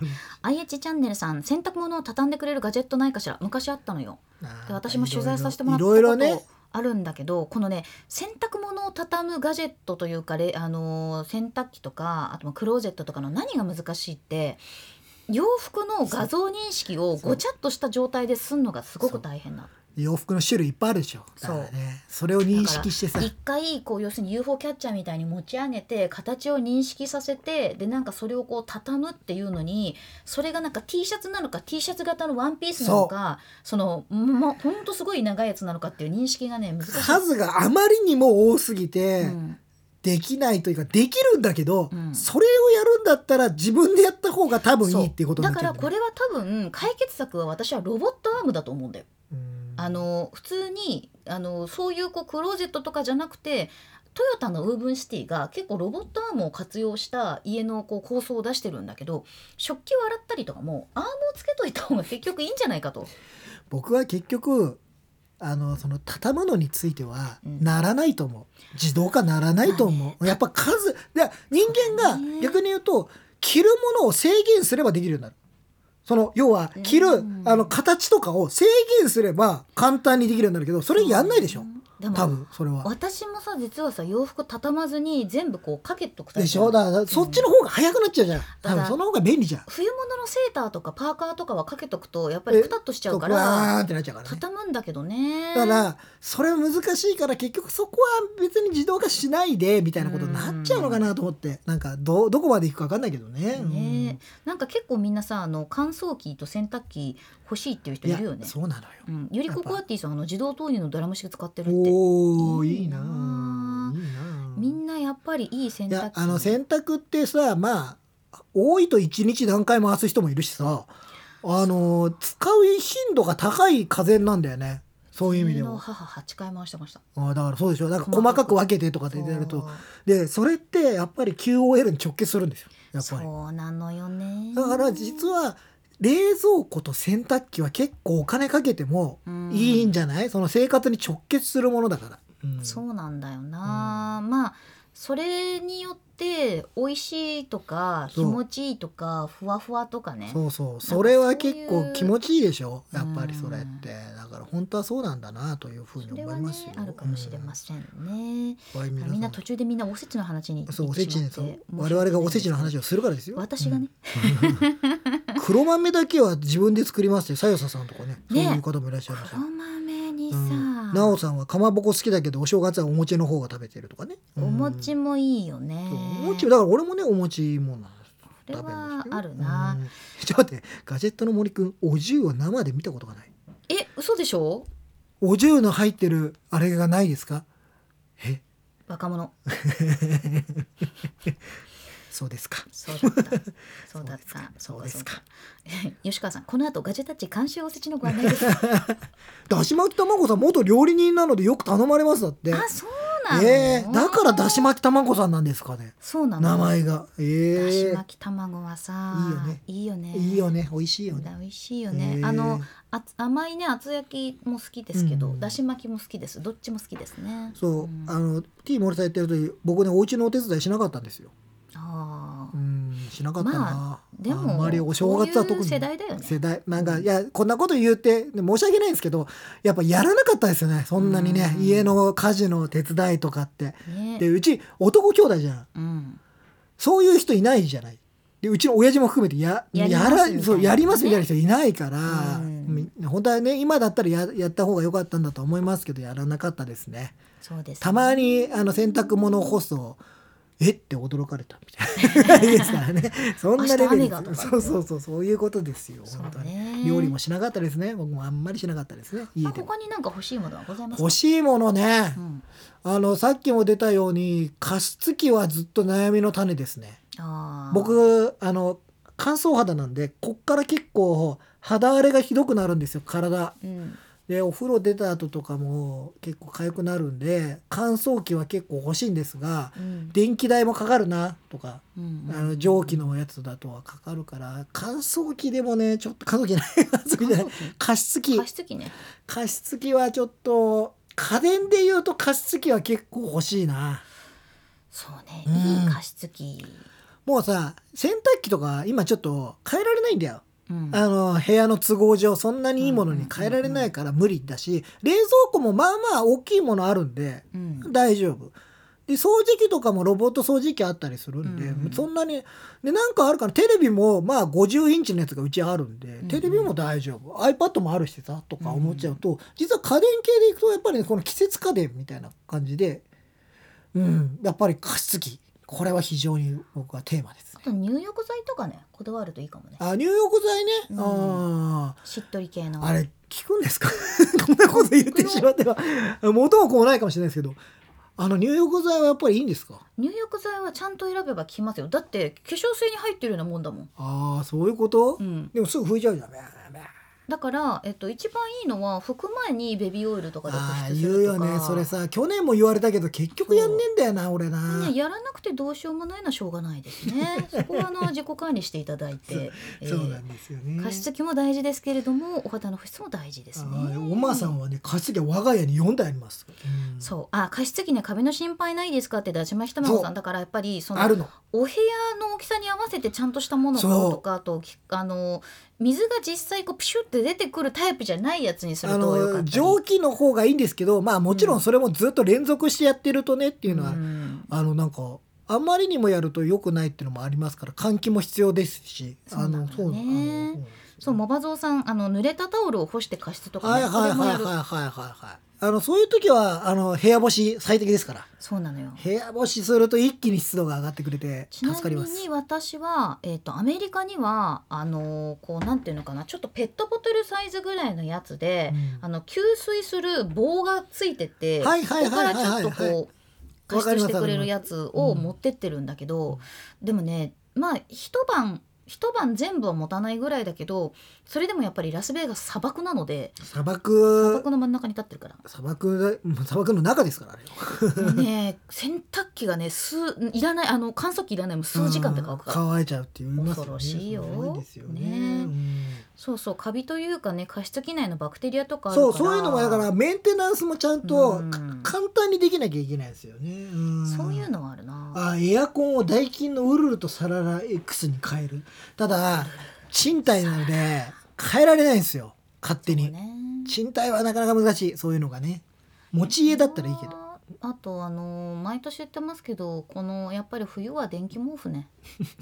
Speaker 1: IH チャンネルさん、洗濯物を畳んでくれるガジェットないかしら。昔あったのよ。で私も取材させてもらったことあるんだけど、このね洗濯物を畳むガジェットというか洗濯機とかあとクローゼットとかの何が難しいって、洋服の画像認識をごちゃっとした状態ですんのがすごく大変なの。
Speaker 2: 洋服の種類いっぱいあるでしょ。だからね、それを認識してさ、
Speaker 1: 一回こう要するに UFO キャッチャーみたいに持ち上げて形を認識させて、でなんかそれをこう畳むっていうのに、それがなんか T シャツなのか T シャツ型のワンピースなのか、そのほんとすごい長いやつなのかっていう認識がね難しい。
Speaker 2: 数があまりにも多すぎて、できないというか、できるんだけど、それをやるんだったら自分でやった方が多分いいっていうことになっちゃう、
Speaker 1: だからこれは多分解決策は私はロボットアームだと思うんだよ。普通にそういうクローゼットとかじゃなくて、トヨタのウーブンシティが結構ロボットアームを活用した家の構想を出してるんだけど、食器を洗ったりとかもアームをつけといた方が結局いいんじゃないかと。
Speaker 2: 僕は結局その畳むのについてはならないと思う、自動化ならないと思う、やっぱ数で人間が逆に言うと着るものを制限すればできるようになる。その要は着る形とかを制限すれば簡単にできるようになるけど、それやんないでしょ。
Speaker 1: でも
Speaker 2: 多分それは
Speaker 1: 私もさ、実はさ洋服畳まずに全部かけとくタイプ
Speaker 2: でしょ。だからそっちの方が早くなっちゃうじゃん、多分その方が便利じゃん。
Speaker 1: 冬物のセーターとかパーカーとかはかけとくとやっぱりクタッとしちゃうから
Speaker 2: わーってなっちゃうからね。
Speaker 1: 畳むんだけどね。
Speaker 2: だからそれは難しいから、結局そこは別に自動化しないでみたいなことになっちゃうのかなと思って、なんかどこまでいくか分かんないけどね。
Speaker 1: なんか結構みんなさ乾燥機と洗濯機欲しいっていう人いるよね。
Speaker 2: そうなのよ、
Speaker 1: ゆりこコアティさん自動投入のドラム式使ってるって。
Speaker 2: おーいいな。
Speaker 1: みんなやっぱりいい洗濯機。
Speaker 2: 洗濯ってさ、まあ多いと1日何回回す人もいるしさ、使う頻度が高い家電なんだよね。そういう意味でも
Speaker 1: 母8回回してました。
Speaker 2: だからそうでしょ。だから細かく分けてとかってやると、でそれってやっぱり QOL に直結するんですよ、やっぱり。
Speaker 1: そうなのよね。
Speaker 2: だから実は冷蔵庫と洗濯機は結構お金かけてもいいんじゃない、その生活に直結するものだから、
Speaker 1: そうなんだよな、まあそれによって美味しいとか気持ちいいとかふわふわとかね。
Speaker 2: そうそれは結構気持ちいいでしょ、やっぱりそれって。だから本当はそうなんだなというふうに思いますよ。
Speaker 1: それはねあるかもしれませんね。みんな途中でみんなおせちの話に行ってしまって。
Speaker 2: 我々がおせちの話をするからですよ。
Speaker 1: 私がね、
Speaker 2: 黒豆だけは自分で作りますって、さよささんとかね、そういう方もいらっしゃいますよ。
Speaker 1: 黒豆にさ、
Speaker 2: なおさんはかまぼこ好きだけどお正月はお餅の方が食べてるとかね。
Speaker 1: お餅もいいよね。
Speaker 2: お餅だから俺もねお餅もなんです。
Speaker 1: それはあるな。
Speaker 2: ちょっと待って、ガジェットの森くんお重を生で見たことがない。
Speaker 1: 嘘でしょ。
Speaker 2: お重の入ってるあれがないですか。
Speaker 1: 若者
Speaker 2: そうですか。
Speaker 1: そうだったそうですか。吉川さん、この後ガジェタッチ監修おせちのご案内です。
Speaker 2: だし巻き卵さん元料理人なのでよく頼まれますだって。
Speaker 1: そうなの、
Speaker 2: だからだし巻き卵さんなんですかね。
Speaker 1: そうなの、
Speaker 2: 名前が。
Speaker 1: だし巻き卵はさいいよね。
Speaker 2: 美味しいよね。
Speaker 1: 美味しいよね。甘いね厚焼きも好きですけど、だし巻きも好きです。どっちも好きですね。
Speaker 2: そう、T 森さん言ってると僕ねお家のお手伝いしなかったんですよ。しなかったな。
Speaker 1: でも
Speaker 2: あんまりお正月は特に
Speaker 1: 世代だよね。
Speaker 2: 世代なんか、いやこんなこと言って申し訳ないんですけど、やっぱやらなかったですよね、そんなにね、家の家事の手伝いとかって、でうち男兄弟じゃん、そういう人いないじゃない。でうちの親父も含めてやりますみたいな人いないから、本当はね今だったらやった方が良かったんだと思いますけど、やらなかったですね。
Speaker 1: そうですね。
Speaker 2: たまに洗濯物を干すとって驚かれたみたいな感じですからね。そんなレベル
Speaker 1: 明日雨がとか
Speaker 2: そうそうそう、そういうことですよ。
Speaker 1: そう
Speaker 2: 本当
Speaker 1: ね
Speaker 2: に料理もしなかったですね。僕もあんまりしなかったですね、家でも。
Speaker 1: 他になんか欲しいものはございますか？
Speaker 2: 欲しいものね、
Speaker 1: うん、
Speaker 2: さっきも出たように加湿器はずっと悩みの種ですね。
Speaker 1: あー、
Speaker 2: 僕乾燥肌なんで、こっから結構肌荒れがひどくなるんですよ、体
Speaker 1: うん
Speaker 2: で。お風呂出た後とかも結構痒くなるんで、乾燥機は結構欲しいんですが、
Speaker 1: うん
Speaker 2: 電気代もかかるなとか、
Speaker 1: うん
Speaker 2: 蒸気のやつだとはかかるから、乾燥機でもね、ちょっと乾燥機ない乾燥機じゃない加湿器。
Speaker 1: 加湿器ね。
Speaker 2: 加湿器はちょっと家電で言うと加湿器は結構欲しいな。
Speaker 1: そうね、
Speaker 2: うん
Speaker 1: いい加湿器。
Speaker 2: もうさ、洗濯機とか今ちょっと変えられないんだよ。
Speaker 1: うん
Speaker 2: 部屋の都合上そんなにいいものに変えられないから無理だし、冷蔵庫もまあまあ大きいものあるんで
Speaker 1: うん
Speaker 2: 大丈夫で、掃除機とかもロボット掃除機あったりするんで、
Speaker 1: うん
Speaker 2: そんなにで、なんかあるから、テレビもまあ50インチのやつがうちあるんで、
Speaker 1: ん
Speaker 2: テレビも大丈夫、iPad もあるしさとか思っちゃうと、実は家電系でいくとやっぱりね、この季節家電みたいな感じで、やっぱり加湿器、これは非常に僕はテーマですね。
Speaker 1: あと入浴剤とかね、こだわるといいかもね。
Speaker 2: 入浴剤ね、
Speaker 1: うんしっとり系の。
Speaker 2: あれ効くんですかこんなこと言ってしまっては元も子もないかもしれないですけど、入浴剤はやっぱりいいんですか？
Speaker 1: 入浴剤はちゃんと選べば効きますよ。だって化粧水に入ってるようなもんだもん。
Speaker 2: ああ、そういうこと、でもすぐ拭いちゃうじゃん。
Speaker 1: だから、一番いいのは拭く前にベビーオイルとかで保
Speaker 2: ああ、
Speaker 1: 湿するとか。
Speaker 2: 言うよね。それさ、去年も言われたけど結局やんねえんだよな、俺な。
Speaker 1: ね、やらなくてどうしようもないのはしょうがないですね。そこは自己管理していただいて、
Speaker 2: そうなんですよね。
Speaker 1: 加湿器も大事ですけれども、お肌の保湿も大事ですね。
Speaker 2: おまさんはね、加湿器は我が家に4台あります。
Speaker 1: そう、加湿器ね、カビの心配ないですかって出しましたもんさん。だからやっぱり
Speaker 2: あるの。
Speaker 1: お部屋の大きさに合わせてちゃんとしたものを買うとか、あと水が実際こうプシュって出てくるタイプじゃないやつにするとよかったり。
Speaker 2: 蒸気の方がいいんですけど、まあもちろんそれもずっと連続してやってるとねっていうのは、なんかあまりにもやると良くないっていうのもありますから、換気も必要ですし、
Speaker 1: そうなんだね。そう、モバゾウさん、濡れたタオルを干して加湿とかね、これもやる。
Speaker 2: そういう時は部屋干し最適ですから。
Speaker 1: そうなのよ。
Speaker 2: 部屋干しすると一気に湿度が上がってくれて助かります。
Speaker 1: ちなみに私は、アメリカにはこうなんていうのかな、ちょっとペットボトルサイズぐらいのやつで、吸水する棒がついてて、そこからちょっとこう加湿してくれるやつを持ってってるんだけど、でもね、まあ一晩全部は持たないぐらいだけど、それでもやっぱりラスベガス砂漠なので、
Speaker 2: 砂漠
Speaker 1: の真ん中に立ってるから
Speaker 2: 砂漠の中ですから
Speaker 1: もうね、洗濯機がねいらない、乾燥機いらない、もう数時間で乾くから
Speaker 2: 乾いちゃうって言いますよね。
Speaker 1: 恐ろしいよ。
Speaker 2: すごいですよね。
Speaker 1: そうそう、カビというかね、加湿器内のバクテリアとかあるから、
Speaker 2: そういうのもだからメンテナンスもちゃんと簡単にできなきゃいけないですよね。
Speaker 1: そういうのはあるな。
Speaker 2: エアコンをダイキンのウルルとサララ X に変える。ただ賃貸なので変えられないんですよ、勝手に。賃貸はなかなか難しい、そういうのがね。持ち家だったらいいけど。
Speaker 1: あと毎年言ってますけど、やっぱり冬は電気毛布ね。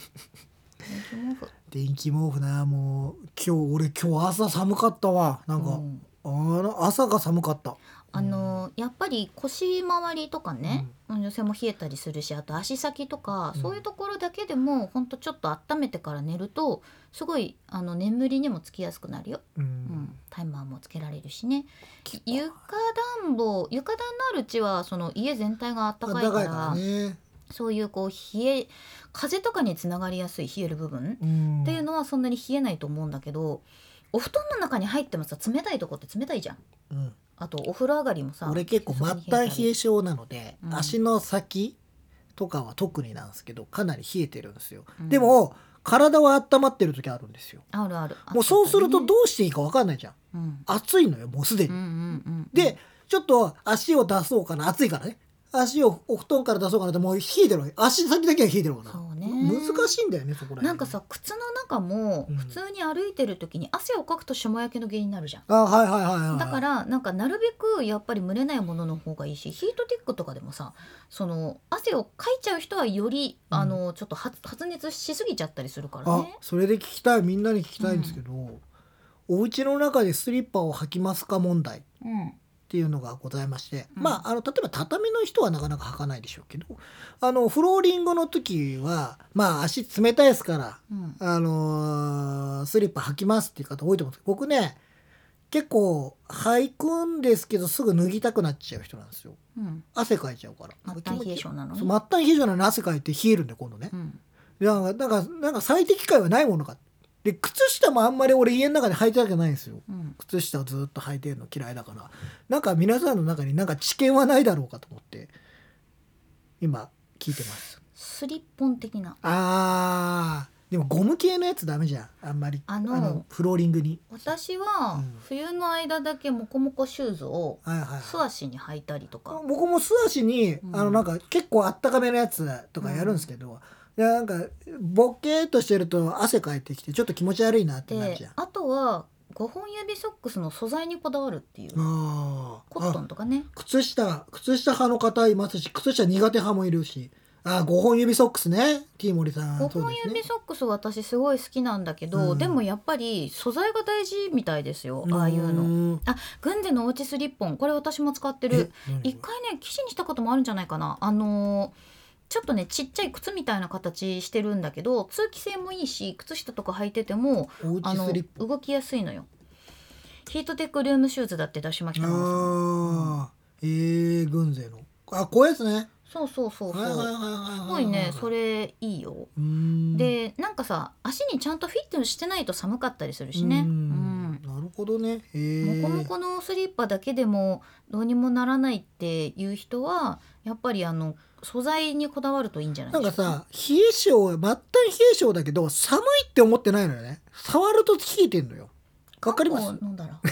Speaker 2: 電気毛布な。もう今日朝寒かったわ。なんか、朝が寒かった。
Speaker 1: やっぱり腰回りとかね、女性も冷えたりするし、あと足先とか、そういうところだけでもほんとちょっと温めてから寝るとすごい眠りにもつきやすくなるよ。タイマーもつけられるしね。床暖のあるうちは家全体が暖かいから、そういう風とかにつながりやすい冷える部分っていうのはそんなに冷えないと思うんだけど、お布団の中に入ってもさ、冷たいとこって冷たいじゃん。あとお風呂上がりもさ、
Speaker 2: 俺結構末端冷え性なので、足の先とかは特になんですけど、かなり冷えてるんですよ。でも体は温まってる時あるんですよ。
Speaker 1: あるある。
Speaker 2: もうそうするとどうしていいか分かんないじゃん。暑いのよ、もうすでに。でちょっと足を出そうかな、暑いからね、足をお布団から出そうかなって、もう冷えてるわけ。足先だけは冷えてるから、難しいんだよね、そこら辺。
Speaker 1: なんかさ、靴の中も普通に歩いてる時に汗をかくと霜焼けの原因になるじゃん。だからなんかなるべくやっぱり蒸れないものの方がいいし、ヒートテックとかでもさ、汗をかいちゃう人はよりちょっと発熱しすぎちゃったりするからね。
Speaker 2: それで聞きたい、みんなに聞きたいんですけど、お家の中でスリッパを履きますか問題。 っていうのがございまして、例えば畳の人はなかなか履かないでしょうけど、フローリングの時は足冷たいですから、スリッパ履きますっていう方多いと思うんですけど、僕ね結構履くんですけどすぐ脱ぎたくなっちゃう人なんですよ、汗かいちゃうから。
Speaker 1: 末端冷え性なのに。
Speaker 2: 末端冷え性なのに汗かいて冷えるんで今度ね、なんか最適解はないものかで、靴下もあんまり俺家の中で履いてたくないんですよ、靴下をずっと履いてるの嫌いだから、なんか皆さんの中になんか知見はないだろうかと思って今聞いてます。
Speaker 1: スリッポン的な。
Speaker 2: でもゴム系のやつダメじゃん、あんまりフローリングに。
Speaker 1: 私は冬の間だけモコモコシューズを素足に履いたりとか、
Speaker 2: 僕も素足になんか結構あったかめのやつとかやるんですけど、なんかボケーっとしてると汗かいてきてちょっと気持ち悪いなってなるじゃん。
Speaker 1: あとは5本指ソックスの素材にこだわるっていう。コットンとかね。
Speaker 2: 靴下派の方いますし、靴下苦手派もいるし。5本指ソックスね、T 森さん。
Speaker 1: 5本指ソックス私すごい好きなんだけど、でもやっぱり素材が大事みたいですよ、ああいうの。グンゼのおうちスリッポン、これ私も使ってる。一回ね記事にしたこともあるんじゃないかな。ちょっとねちっちゃい靴みたいな形してるんだけど、通気性もいいし靴下とか履いてても動きやすいのよ。ヒートテックルームシューズだって出しましたもん。
Speaker 2: 軍勢のこういうやつね。
Speaker 1: そうすごいね、それいいよ。でなんかさ、足にちゃんとフィットしてないと寒かったりするしね。
Speaker 2: なるほどね。
Speaker 1: モコモコのスリッパだけでもどうにもならないっていう人はやっぱり素材にこだわるといいんじゃないでしょうか。
Speaker 2: なんかさ、冷え性末端冷え性だけど寒いって思ってないのよね。触ると冷えてんのよ。わかります？
Speaker 1: 飲んだら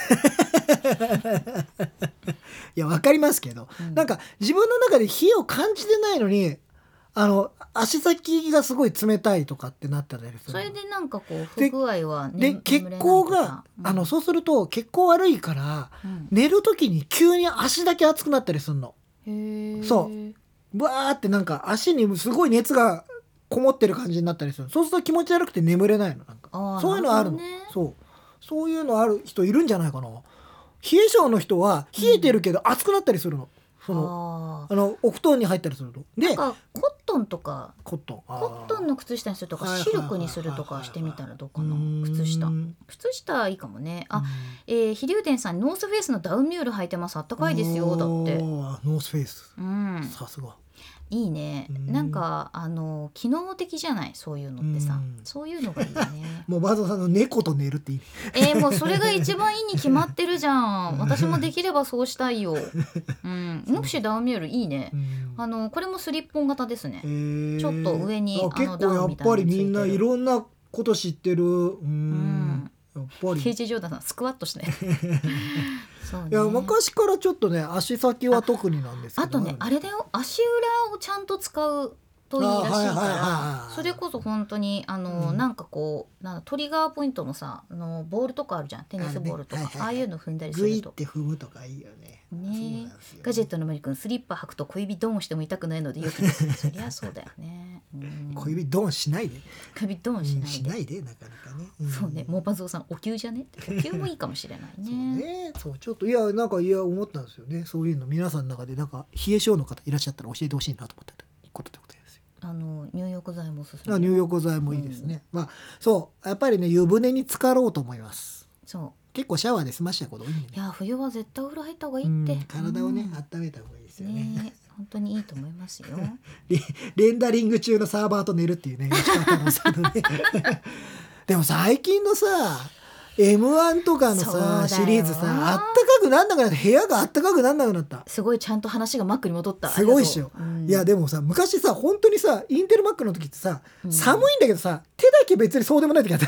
Speaker 2: いやわかりますけど、なんか自分の中で冷えを感じてないのに足先がすごい冷たいとかってなったりする。
Speaker 1: それでなんかこう不具合は
Speaker 2: で血行がそうすると血行悪いから、寝る時に急に足だけ熱くなったりするの。そうバーってなんか足にすごい熱がこもってる感じになったりする。そうすると気持ち悪くて眠れないの。なんかそういうのあるの。そういうのある人いるんじゃないかな。冷え性の人は冷えてるけど熱くなったりするの。お布団に入ったりすると。
Speaker 1: でなんかコットンとか
Speaker 2: コット
Speaker 1: ンの靴下にするとかシルクにするとかしてみたらどうかな。靴下いいかもね。飛龍伝さん、ノースフェイスのダウンミュール履いてます。あったかいですよ。だって
Speaker 2: ノースフェイス、さすが
Speaker 1: いいね。なんか機能的じゃない、そういうのってさ。そういうのがいいよね。
Speaker 2: もうバーゾさんの猫と寝るっていい
Speaker 1: ね。もうそれが一番いいに決まってるじゃん。私もできればそうしたいよ。ノプシュダウンミュールいいね。これもスリッポン型ですね。ちょっと上に
Speaker 2: 結構やっぱりみんないろんなこと知ってる。やっぱり
Speaker 1: ケージジョーダンさんスクワットしてそうね。
Speaker 2: いや昔からちょっとね足先は特になんですけど、
Speaker 1: あとねあれだよ、足裏をちゃんと使うといいらしいから、それこそ本当になんかこうトリガーポイントのさボールとかあるじゃん、テニスボールとか、ああいうの踏んだりすると
Speaker 2: グイって踏むとかいいよね。
Speaker 1: ガジェットの森くん、スリッパ履くと小指ドンしても痛くないのでよくです。そりゃそうだよね。
Speaker 2: 小指ドンしないで。
Speaker 1: 小指ドンし
Speaker 2: ないでなかなかね。
Speaker 1: そうね。モバゾウさんお灸じゃねって。お灸もいいかもしれないね。
Speaker 2: そうちょっとなんか思ったんですよね。そういうの皆さんの中でなんか冷え性の方いらっしゃったら教えてほしいなと思ったことでございますよ。
Speaker 1: 入浴剤もおすすめ。
Speaker 2: 入浴剤もいいですね。そうやっぱりね湯船に浸かろうと思います。結構シャワーで済ましちゃうこと多いんでね。
Speaker 1: いや冬は絶対お風呂入った方がいいって。
Speaker 2: 体をね温めた方がいいですよね。
Speaker 1: 本当にいいと思いますよ。
Speaker 2: レンダリング中のサーバーと寝るっていうね。でも最近のさ M1 とかのさシリーズさあったかくなんなくなった。部屋があったかくなんなくなった。
Speaker 1: すごいちゃんと話がマックに戻った。
Speaker 2: すごいっしょ。いやでもさ昔さ本当にさインテルマックの時ってさ、寒いんだけどさ手だけ別にそうでもない時あった。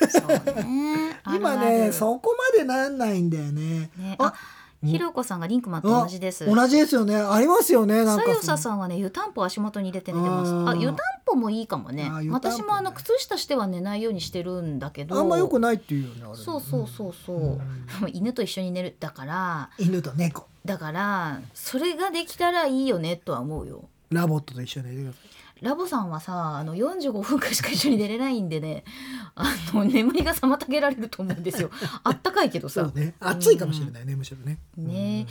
Speaker 2: そうね。今ねそこまでなんないんだよね。
Speaker 1: ひろこさんがリンクマンと同じです。
Speaker 2: 同じですよね。ありますよね。なんか
Speaker 1: さよささんはね湯たんぽ足元に入れて寝てます。湯たんぽもいいかもね。私も靴下しては寝ないようにしてるんだけど、
Speaker 2: あんま良くないっていうよね。
Speaker 1: そう犬と一緒に寝るだから、
Speaker 2: 犬と猫
Speaker 1: だからそれができたらいいよねとは思うよ。
Speaker 2: ラボットと一緒に寝てください。
Speaker 1: ラボさんはさ45分間しか一緒に寝れないんでね、眠りが妨げられると思うんですよ。あったかいけどさ。
Speaker 2: そうね、暑いかもしれないね、むしろね。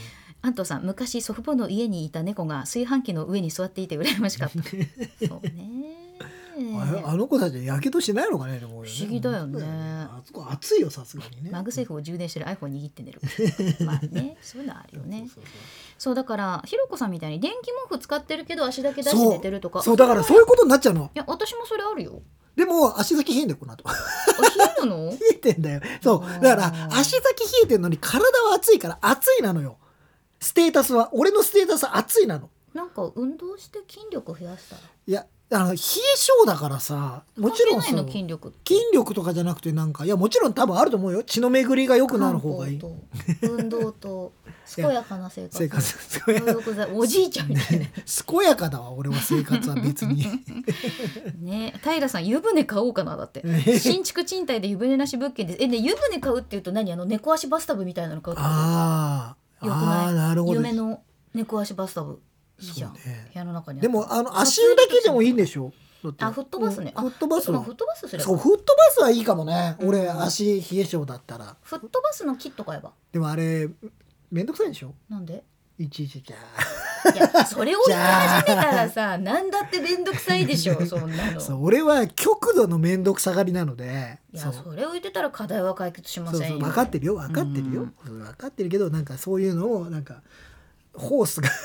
Speaker 1: 安藤さん、昔祖父母の家にいた猫が炊飯器の上に座っていて羨ましかったそうね
Speaker 2: あの子たちはやけどしないのかね。でも
Speaker 1: 不思議だよね。
Speaker 2: あそこ暑いよさすがにね。
Speaker 1: マグセーフを充電してる iPhone 握って寝るまあね、そういうのあるよね。そうだからひろこさんみたいに電気毛布使ってるけど足だけ出して寝てるとか、
Speaker 2: そうだからそういうことになっちゃうの。
Speaker 1: いや私もそれあるよ。
Speaker 2: でも足先冷えんだよこの後。
Speaker 1: 冷えるの
Speaker 2: 冷えてんだよ。そうだから足先冷えてんのに体は暑いから暑いなのよ。ステータスは俺のステータスは暑いなの。
Speaker 1: なんか運動して筋力増やしたら。
Speaker 2: いや冷え性だからさ、もちろんさ、
Speaker 1: 関係ないの筋力
Speaker 2: とかじゃなくてなんか、いやもちろん多分あると思うよ。血の巡りが良くなる方がいい。
Speaker 1: 運動と健やかな生活。おじいちゃんみたいな。
Speaker 2: 健やかだわ俺は生活は別に。
Speaker 1: ね、平さん湯船買おうかなだって。新築賃貸で湯船なし物件です。ね、湯船買うっていうと何猫足バスタブみたいなの買うってこと？
Speaker 2: あ
Speaker 1: よくない？
Speaker 2: なるほど。
Speaker 1: 夢の猫足バスタブ。いいじゃん、
Speaker 2: ね、
Speaker 1: 部屋の中に。
Speaker 2: でも足湯だけでもいいんでしょ。
Speaker 1: 吹っ飛ばすね。
Speaker 2: 吹っ飛ばす。
Speaker 1: 吹っ飛ばすすれば。
Speaker 2: そう吹っ飛ばすはいいかもね。俺足冷え性だったら。
Speaker 1: 吹っ飛ばすのキット買えば。で
Speaker 2: もあれめんどくさいでしょ。
Speaker 1: なんで？
Speaker 2: いちいちじゃ
Speaker 1: いやそれを言い始めたらさなんだってめんどくさいでしょそんなの。
Speaker 2: そう俺は極度のめんどくさがりなので。
Speaker 1: いやそれを言ってたら課題は解決しませんよ。
Speaker 2: 分かってるよ分かってるよ、分かってるけどなんかそういうのをなんかホースが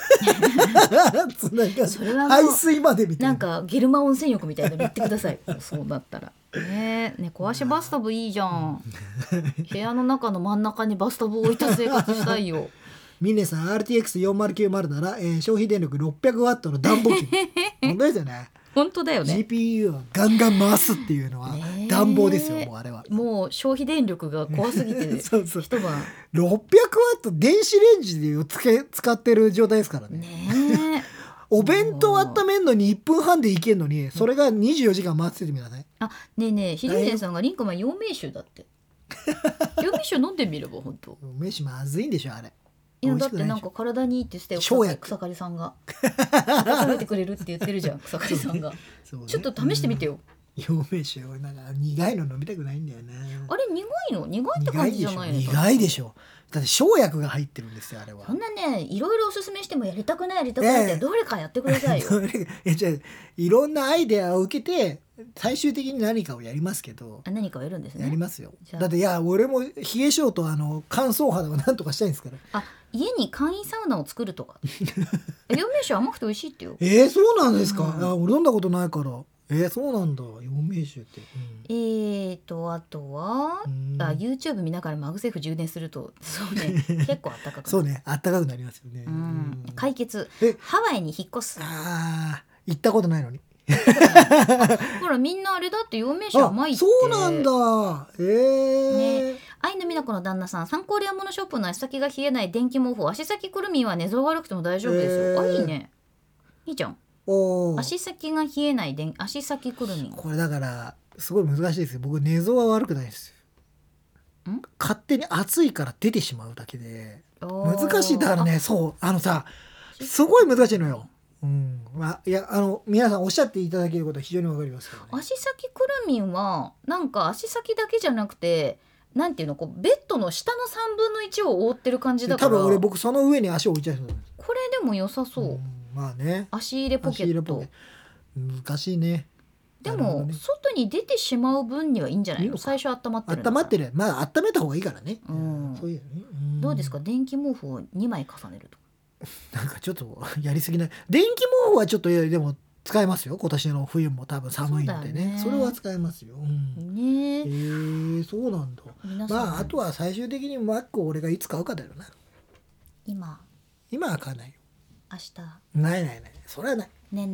Speaker 1: それは
Speaker 2: 排水までみたい
Speaker 1: なんかゲルマ温泉浴みたいなの言ってくださいそうだったら猫足バスタブいいじゃん部屋の中の真ん中にバスタブを置いた生活したいよ。
Speaker 2: ミネさん RTX4090 なら、消費電力600ワットの暖房機本当ですよね。
Speaker 1: 本当だよね。
Speaker 2: GPU はガンガン回すっていうのは暖房ですよ。もうあれは
Speaker 1: もう消費電力が怖すぎて
Speaker 2: そうそう
Speaker 1: 一晩
Speaker 2: 600ワット電子レンジで使ってる状態ですからね。
Speaker 1: ね
Speaker 2: お弁当温めんのに1分半でいけんのにそれが24時間回っててみたいなね。
Speaker 1: ねえねえひりねんさんがリンクマン陽明酒だって陽明酒飲んでみれば本当。
Speaker 2: 陽明酒まずいんでしょあれ。
Speaker 1: いやだってなんか体にいいって言って草刈さんが食べてくれるって言ってるじゃん草刈さんが、ね、ちょっと試してみてよ。
Speaker 2: 陽明酒はなんか苦いの飲みたくないんだよね。
Speaker 1: あれ苦いの？苦いって感じじゃないの？
Speaker 2: 苦いでしょ。だって生薬が入ってるんですよあれは。
Speaker 1: そんなねいろいろおすすめしてもやりたくないってどれかやってくださいよ。
Speaker 2: じゃあいろんなアイデアを受けて最終的に何かをやりますけど。
Speaker 1: 何かをやるんですね。
Speaker 2: やりますよ。だっていや俺も冷え性と乾燥肌をなんとかしたいんですから。
Speaker 1: 家に簡易サウナを作るとか。陽明酒甘くて美味しいってよ。
Speaker 2: そうなんですか。俺飲んだことないから。そうなんだ陽明酒って、
Speaker 1: あとはYouTube 見ながらマグセーフ充電するとそうね結構あったかくなる。
Speaker 2: そうねあったかくなりますよね。
Speaker 1: 解決。ハワイに引っ越す。
Speaker 2: 行ったことないのに
Speaker 1: ほらみんなあれだって陽明酒甘いって。
Speaker 2: そうなんだ。ね、
Speaker 1: 愛の美奈子の旦那さん参考レアモノショップの足先が冷えない電気毛布足先くるみは寝相悪くても大丈夫ですよ。いいねいいじゃん。足先が冷えない足先くるみ。
Speaker 2: これだからすごい難しいですよ。僕寝相は悪くないですよ。勝手に暑いから出てしまうだけで難しい。だからねそうさすごい難しいのよ。いや皆さんおっしゃっていただけることは非常にわかりますけどね。
Speaker 1: 足先くるみんはなんか足先だけじゃなくてなんていうのベッドの下の3分の1を覆ってる感じだから。
Speaker 2: 多分僕その上に足を置いちゃう。
Speaker 1: これでも良さそう。
Speaker 2: まあね
Speaker 1: 足入れポケット
Speaker 2: 難しいね。
Speaker 1: でも、外に出てしまう分にはいいんじゃないの？最初温まってる。
Speaker 2: 温まってる。まあ温めた方がいいからね。そういうね。
Speaker 1: どうですか電気毛布を2枚重ねると
Speaker 2: なんかちょっとやりすぎない。電気毛布はちょっとでも使えますよ。今年の冬も多分寒いのでね。それは使えますよ。そうなんだ。まああとは最終的にマックを俺がいつ買うかだよな。今は買わないよ。
Speaker 1: 明日
Speaker 2: ないそれはない。
Speaker 1: 年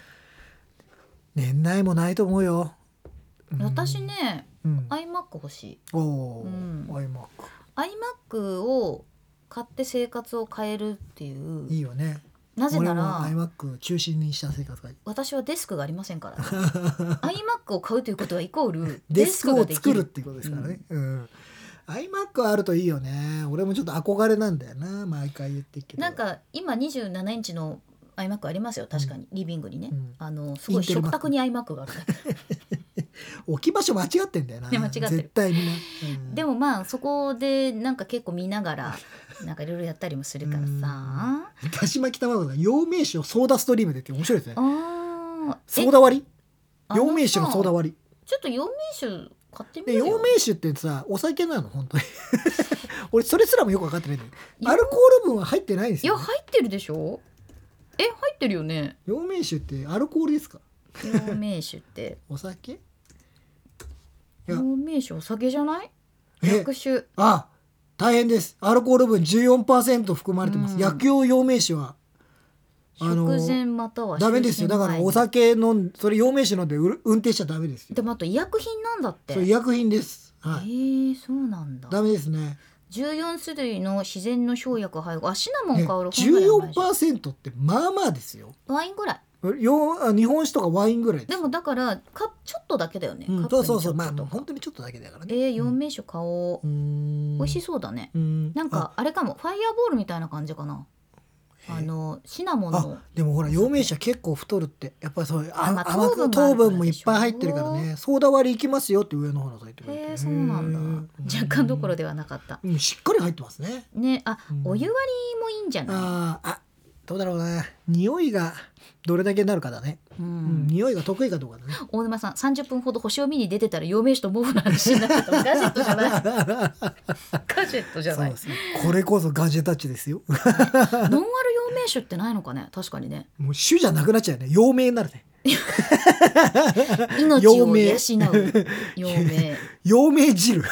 Speaker 2: 内もないと思うよ。
Speaker 1: 私ね、iMac 欲しい。iMac を買って生活を変えるっていう。
Speaker 2: いいよね。
Speaker 1: なぜなら
Speaker 2: 俺も iMac 中心にした生活がいい。
Speaker 1: 私はデスクがありませんから、iMac を買うということはイコール
Speaker 2: デスクを作るっていうことですからね。iMac あるといいよね。俺もちょっと憧れなんだよな毎回言ってるけど。
Speaker 1: なんか今27インチの iMac ありますよ確かに、リビングにね、すごい食卓に iMac がある
Speaker 2: 置き場所間違ってんだよな。
Speaker 1: ね間違ってる
Speaker 2: 絶対にね、
Speaker 1: でもまあそこでなんか結構見ながらなんかいろいろやったりもするからさ。
Speaker 2: だし巻き卵が陽明酒をソーダストリームでって面白いですね。
Speaker 1: あ
Speaker 2: ソーダ割り、
Speaker 1: あのさ
Speaker 2: 陽明酒のソーダ割り
Speaker 1: ちょっと陽明酒買ってみ
Speaker 2: で、
Speaker 1: るよ。
Speaker 2: 陽明酒ってさお酒なの本当に俺それすらもよく分かってないんだよ。
Speaker 1: いや
Speaker 2: アルコール分は入ってないんですよ、ね、
Speaker 1: いや入ってるでしょ。入ってるよね。
Speaker 2: 陽明酒ってアルコールですか？
Speaker 1: 陽明酒って
Speaker 2: お酒？いや
Speaker 1: 陽明酒お酒じゃない？
Speaker 2: え
Speaker 1: 薬酒。
Speaker 2: あ、大変です。アルコール分 14% 含まれてます。薬用陽明酒は
Speaker 1: 食前または
Speaker 2: ダメですよ。だからお酒飲んそれ陽明酒飲んで運転しちゃダメですよ。
Speaker 1: でもあと医薬品なんだって。
Speaker 2: そう医薬品です。はい。
Speaker 1: そうなんだ。
Speaker 2: ダメですね。
Speaker 1: 14種類の自然の生薬配合。シナモン香る本ぐらい甘いじゃん。
Speaker 2: 14% ってまあまあですよ。
Speaker 1: ワインぐらい。
Speaker 2: 日本酒とかワインぐらいです。
Speaker 1: でもだからちょっとだけだよね。
Speaker 2: そうそうそう。まあ本当にちょっとだけだからね。
Speaker 1: 陽明酒買おう。美味しそうだね。なんかあれかもファイアボールみたいな感じかな。シナモンの。
Speaker 2: でもほら陽明酒は結構太るってやっぱりそういう糖分もいっぱい入ってるからね。ソーダ割りいきますよって上の方の書いてくれて。
Speaker 1: そうなんだ。若干どころではなかった。
Speaker 2: しっかり入ってますね。
Speaker 1: ね、お湯割りもいいんじゃない？
Speaker 2: どうだろうな。匂いがどれだけになるかだね。匂いが得意かどうかだね。
Speaker 1: 大沼さん30分ほど星を見に出てたら陽明酒と毛布の話になってた。ガジェットじゃない。ガジェットじゃない。
Speaker 2: そうですね。これこそガジェタッチですよ。
Speaker 1: ノンアル陽明酒ってないのかね。確かにね。
Speaker 2: もう酒じゃなくなっちゃうね。陽明になるね。
Speaker 1: 命を養う陽明。
Speaker 2: 陽明汁。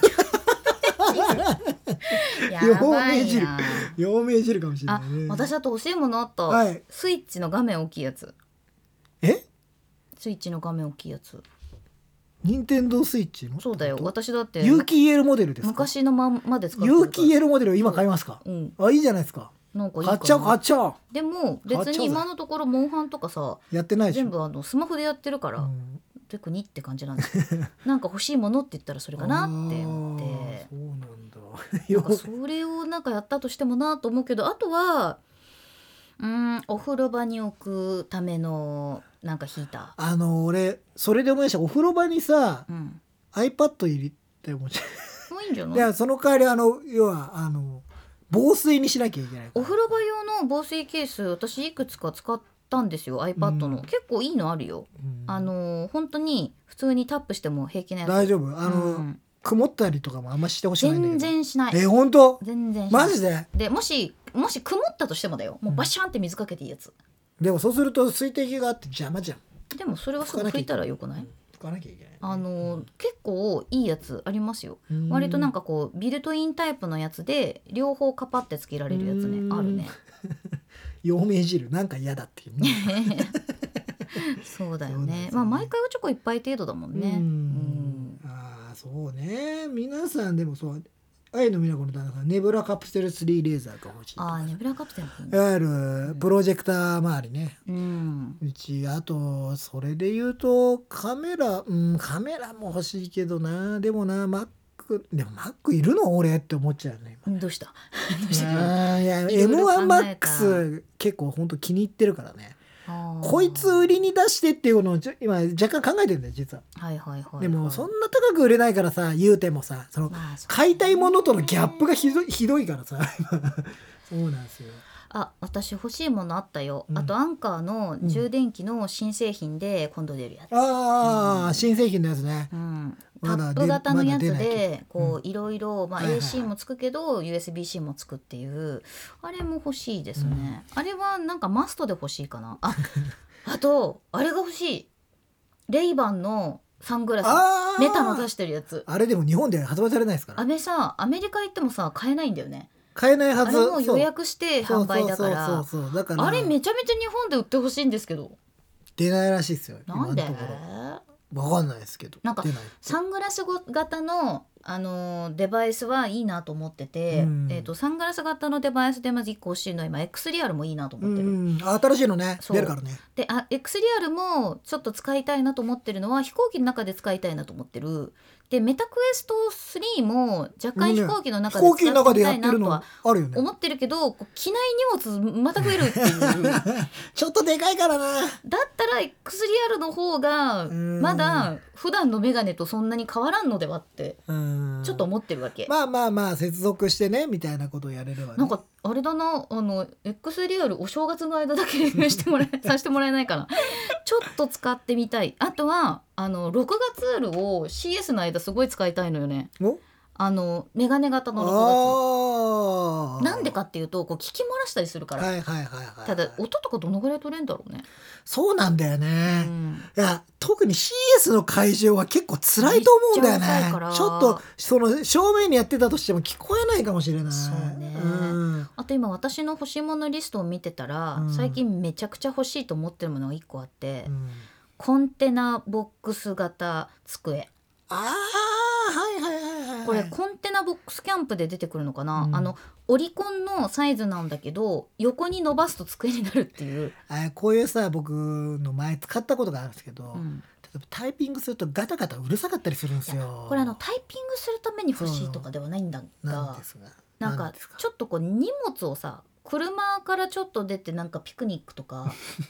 Speaker 1: やばいな。
Speaker 2: 陽明汁かもしれないね。
Speaker 1: 私だと欲しいものあった、
Speaker 2: はい、
Speaker 1: スイッチの画面大きいやつ。スイッチの画面大きいやつ。
Speaker 2: 任天堂スイッチの？
Speaker 1: そうだよ。私だって
Speaker 2: 有機 EL モデルですか？
Speaker 1: 昔のままで使ってるから。
Speaker 2: 有機 EL モデル今買いますか？いいじゃないですか。
Speaker 1: なんかいい
Speaker 2: 買っちゃう。で
Speaker 1: も別に今のところモンハンとかさ
Speaker 2: やってないでしょ。
Speaker 1: 全部スマホでやってるから、特にって感じなんですよ。なんか欲しいものって言ったらそれかなって思って。
Speaker 2: そうなんだ。
Speaker 1: なんかそれをなんかやったとしてもなと思うけど、あとはお風呂場に置くためのなんかヒーター。
Speaker 2: 俺それで思い出した。お風呂場にさ、iPad 入れても
Speaker 1: いいんじゃない？
Speaker 2: いやその代わり要は防水にしなきゃいけない。
Speaker 1: お風呂場用の防水ケース私いくつか使ったんですよ。 iPad の、結構いいのあるよ。本当に普通にタップしても平気なやつ。
Speaker 2: 大丈夫？曇ったりとかもあんましてほしくないんだけど。
Speaker 1: 全然しない。
Speaker 2: 本当？
Speaker 1: 全然しない。
Speaker 2: マジで？
Speaker 1: でもし曇ったとしてもだよ、もうバシャンって水かけていいやつ。
Speaker 2: でもそうすると水滴があって邪魔じゃん。
Speaker 1: でもそれはすぐ拭いたらよくない？
Speaker 2: 拭かなきゃいけない。
Speaker 1: 結構いいやつありますよ。割となんかこうビルトインタイプのやつで両方カパってつけられるやつね、あるね。
Speaker 2: 陽明汁なんか嫌だっていうね。
Speaker 1: そうだよね。まあ毎回おチョコいっぱい程度だもんね。
Speaker 2: そうね。皆さんでもそう愛の美奈子の旦那さんネブラカプセル3レーザーが欲しいとか。
Speaker 1: ネブラカプセル
Speaker 2: いわゆるプロジェクター周りね。
Speaker 1: う
Speaker 2: ちあとそれで言うとカメラも欲しいけどな。でもなマックいるの俺って思っちゃうね。
Speaker 1: どうした？
Speaker 2: いや M1MAX 結構本当気に入ってるからね。こいつ売りに出してっていうのを今若干考えてるんだよ実は。でもそんな高く売れないからさ、言うてもさ買いたいものとのギャップがひどいからさ。そうなんですよ。
Speaker 1: 私欲しいものあったよ。あとアンカーの充電器の新製品で今度出るやつ。
Speaker 2: 新製品のやつね。
Speaker 1: タップ型のやつでこういろいろAC もつくけど USB-C もつくっていうあれも欲しいですね。あれはなんかマストで欲しいかな。あとあれが欲しい。レイバンのサングラスメタの出してるやつ。
Speaker 2: あれでも日本で発売されないですから。
Speaker 1: アメリカ行ってもさ買えないんだよね。
Speaker 2: 買えないはず。
Speaker 1: あれも予約して販売だからあれめちゃめちゃ日本で売ってほしいんですけど
Speaker 2: 出ないらしいですよ。
Speaker 1: なんで？
Speaker 2: 分かんないですけど。
Speaker 1: なんかサングラス型のデバイスはいいなと思ってて、サングラス型のデバイスでまず1個欲しいのは今 X リアルもいいなと思ってる。
Speaker 2: 新しいのね出るからね。
Speaker 1: でX リアルもちょっと使いたいなと思ってるのは飛行機の中で使いたいなと思ってる。でメタクエスト3も若干飛行機の中で使ってみたいなとは思ってるけど、機内荷物また増えるっていう
Speaker 2: ちょっとでかいからな。
Speaker 1: だったら X リアルの方がまだ普段のメガネとそんなに変わらんのではってちょっと思ってるわけ。
Speaker 2: まあ接続してねみたいなことをやれればね。
Speaker 1: なんかあれだな、X リアルお正月の間だけレビューしてさせてもらえないかなちょっと使ってみたい。あとは録画ツールを CS の間すごい使いたいのよね。メガネ型の録画ツール。なんでかっていうと聞き漏らしたりするから。ただ音とかどのぐらい取れるんだろうね。
Speaker 2: そうなんだよね、いや特に CS の会場は結構辛いと思うんだよね。ちょっとその正面にやってたとしても聞こえないかもしれない。
Speaker 1: そうね、あと今私の欲しいものリストを見てたら、最近めちゃくちゃ欲しいと思ってるものが1個あって、コンテナボックス型机。これコンテナボックスキャンプで出てくるのかな、オリコンのサイズなんだけど横に伸ばすと机になるっていう。
Speaker 2: こういうさ僕の前使ったことがあるんですけど、例えばタイピングするとガタガタうるさかったりするんですよ。
Speaker 1: これタイピングするために欲しいとかではないんだが、なんかちょっとこう荷物をさ車からちょっと出てなんかピクニックとか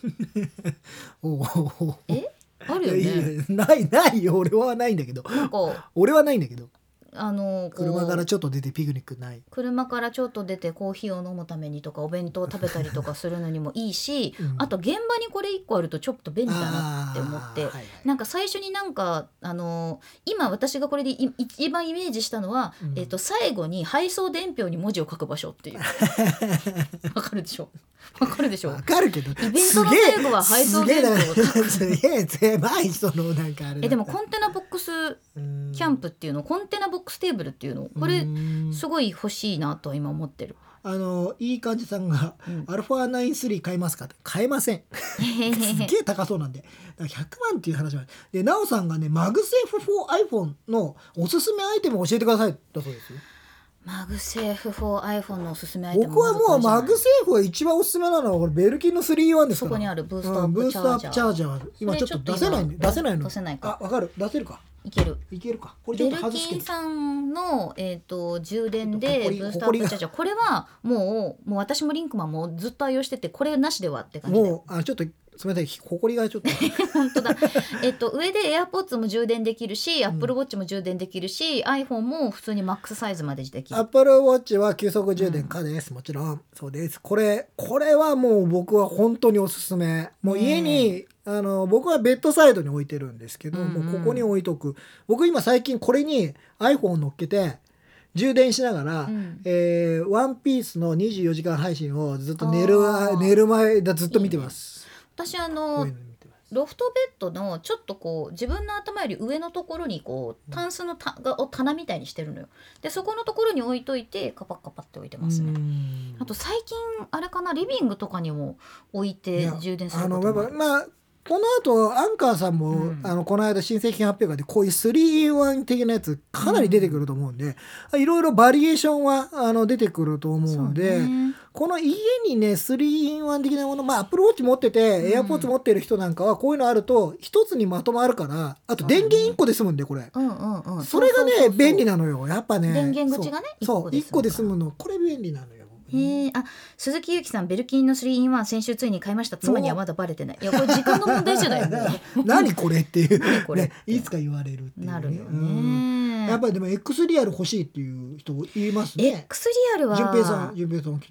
Speaker 1: あるよね。
Speaker 2: ないよ俺はないんだけど。俺はないんだけど。車からちょっと出てピクニックない。
Speaker 1: 車からちょっと出てコーヒーを飲むためにとかお弁当を食べたりとかするのにもいいし、あと現場にこれ1個あるとちょっと便利だなって思って、なんか最初になんか今私がこれで一番イメージしたのは、最後に配送伝票に文字を書く場所っていうわかるでしょ。わかるでしょ。
Speaker 2: わかるけど
Speaker 1: イベントの最後は配送伝票を書く。
Speaker 2: すげえ狭い人のなんかあれ。
Speaker 1: でもコンテナボックスキャンプっていうの、コンテナボックステーブルっていうの、これすごい欲しいなとは今思ってる。
Speaker 2: いい感じさんが、アルファ93買いますかって買えませんすげえ高そうなんでだから100万っていう話はで、なおさんがねマグセーフ for iPhone のおすすめアイテムを教えてくださいだそうですよ。
Speaker 1: マグセーフ for iPhone のおすすめアイテム。
Speaker 2: 僕はもうマグセーフが一番おすすめなのはこれベルキンの 3-in-1 ですから。
Speaker 1: そこにあるブーストアップチャージャーは
Speaker 2: 今ちょっと出せないんで出せないの。
Speaker 1: 出せないか。
Speaker 2: わかる。出せるか。
Speaker 1: いける
Speaker 2: か。これちょっと外すけど。
Speaker 1: ベルキンさんの充電でブーストアップチャージャー、これはもう私もリンクマンもずっと愛用してて、これなしではって感じで。
Speaker 2: もうちょっと冷たいほこりがちょっと
Speaker 1: 本当だ上で AirPods も充電できるし、Apple Watch も充電できるし、iPhone も普通にマックスサイズまでできる。
Speaker 2: Apple Watch は急速充電可です、もちろんそうです。これはもう僕は本当におすすめ。もう家に僕はベッドサイドに置いてるんですけど、もうここに置いとく。僕今最近これに iPhone を乗っけて充電しながら、ワンピースの24時間配信をずっと寝る前だずっと見てます。
Speaker 1: 私ロフトベッドのちょっとこう自分の頭より上のところにこうタンスの棚みたいにしてるのよ。でそこのところに置いといてカパッカパって置いてますね。あと最近あれかな、リビングとかにも置いて充電することもある。
Speaker 2: この後アンカーさんも、この間新製品発表会でこういう 3-in-1 的なやつかなり出てくると思うんで、いろいろバリエーションは出てくると思うんで、この家にね 3-in-1 的なもの、Apple Watch 持ってて、AirPods 持ってる人なんかはこういうのあると一つにまとまるから、あと電源1個で済むんでこれ、それがね便利なのよやっぱね。
Speaker 1: 電源口がね
Speaker 2: 1個で済むの、これ便利なのよ。
Speaker 1: 鈴木ゆきさん、ベルキンの 3-in-1 先週ついに買いました。妻にはまだバレてない。いやこれ時間の問題じゃない
Speaker 2: 何これっていうね、いつか言われるっていう、
Speaker 1: なるよね。
Speaker 2: やっぱりでも X リアル欲しいっていう人言いますね。
Speaker 1: X リアルは
Speaker 2: 順平さん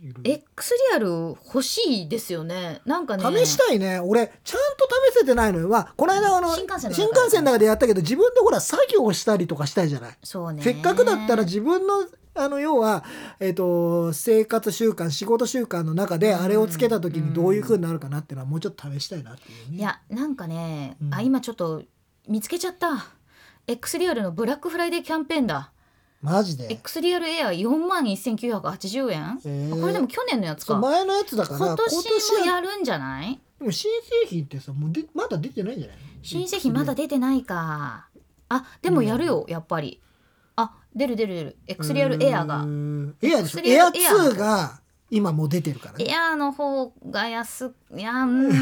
Speaker 1: X リアル欲しいですよね。なんかね
Speaker 2: 試したいね。俺ちゃんと試せてないのよ。この間新幹線の中でやったけど、自分でほら作業したりとかしたいじゃない。
Speaker 1: そうね。
Speaker 2: せっかくだったら自分の要は、生活習慣仕事習慣の中であれをつけた時にどういう風になるかなっていうのはもうちょっと試したいなっていうね。
Speaker 1: いやなんかね、今ちょっと見つけちゃった。 X リアルのブラックフライデーキャンペーンだ。
Speaker 2: マジで
Speaker 1: X リアルエア 41,980 円、これでも去年のやつか。
Speaker 2: 前のやつだから
Speaker 1: 今年もやるんじゃない。
Speaker 2: でも新製品ってさもうまだ出てないんじゃない。
Speaker 1: 新製品まだ出てないか。でもやるよ、やっぱりあ、出る XReal エアが
Speaker 2: エアでしょ。
Speaker 1: XReal
Speaker 2: エア2が今もう出てるからね。
Speaker 1: エアの方がいや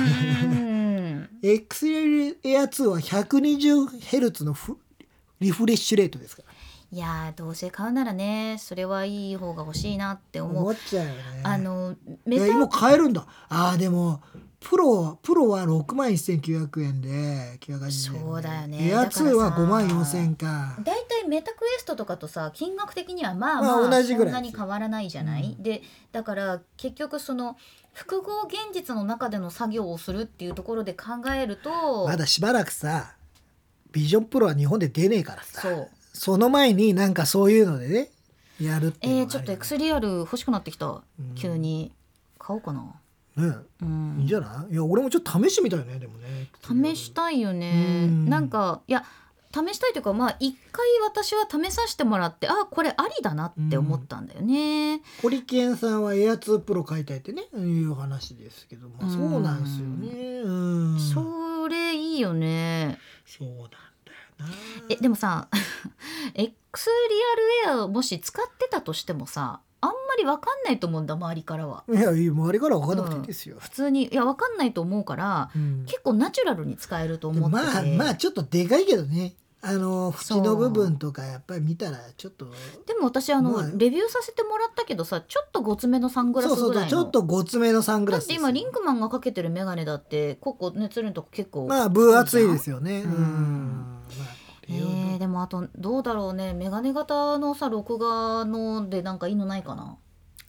Speaker 2: XReal エア2は 120Hz のリフレッシュレートですから。
Speaker 1: いやどうせ買うならねそれはいい方が欲しいなって思
Speaker 2: っちゃうよね。
Speaker 1: メタ
Speaker 2: 今買えるんだ。でもプロは61,900円で980円。
Speaker 1: そうだよね。
Speaker 2: エア2は54,000円か。
Speaker 1: だいたいメタクエストとかとさ金額的にはまあ
Speaker 2: 同じぐらい
Speaker 1: そんなに変わらないじゃない、でだから結局その複合現実の中での作業をするっていうところで考えると
Speaker 2: まだしばらくさビジョンプロは日本で出ねえからさ、その前になんかそういうのでねやるっていうのがあるよね。
Speaker 1: ちょっと XReal 欲しくなってきた、急に買おうかな。
Speaker 2: ね、いいんじゃない？いや俺もちょっと試してみたいね。でもね
Speaker 1: 試したいよね。なんかいや試したいというか一回私は試させてもらってこれありだなって思ったんだよね。
Speaker 2: ホリケンさんはエア2プロ買いたいってねいう話ですけども、そうなんですよね。
Speaker 1: それいいよね。
Speaker 2: そうなんだよな。
Speaker 1: でもさXReal Air もし使ってたとしてもさあんまり分かんないと思うんだ周りからは。
Speaker 2: いや周りからは分かんなくていいですよ、
Speaker 1: 普通に分かんないと思うから、結構ナチュラルに使えると思ってて、
Speaker 2: ちょっとでかいけどね縁の部分とかやっぱり見たらちょっと。
Speaker 1: でも私レビューさせてもらったけどさちょっとごつめのサングラスぐらいの。
Speaker 2: ちょっとごつめのサングラスですよ。
Speaker 1: だって今リンクマンがかけてるメガネだってここねつるんとこ結構
Speaker 2: 分厚いですよね。
Speaker 1: でもあとどうだろうねメガネ型のさ録画のでなんかいいのないかな。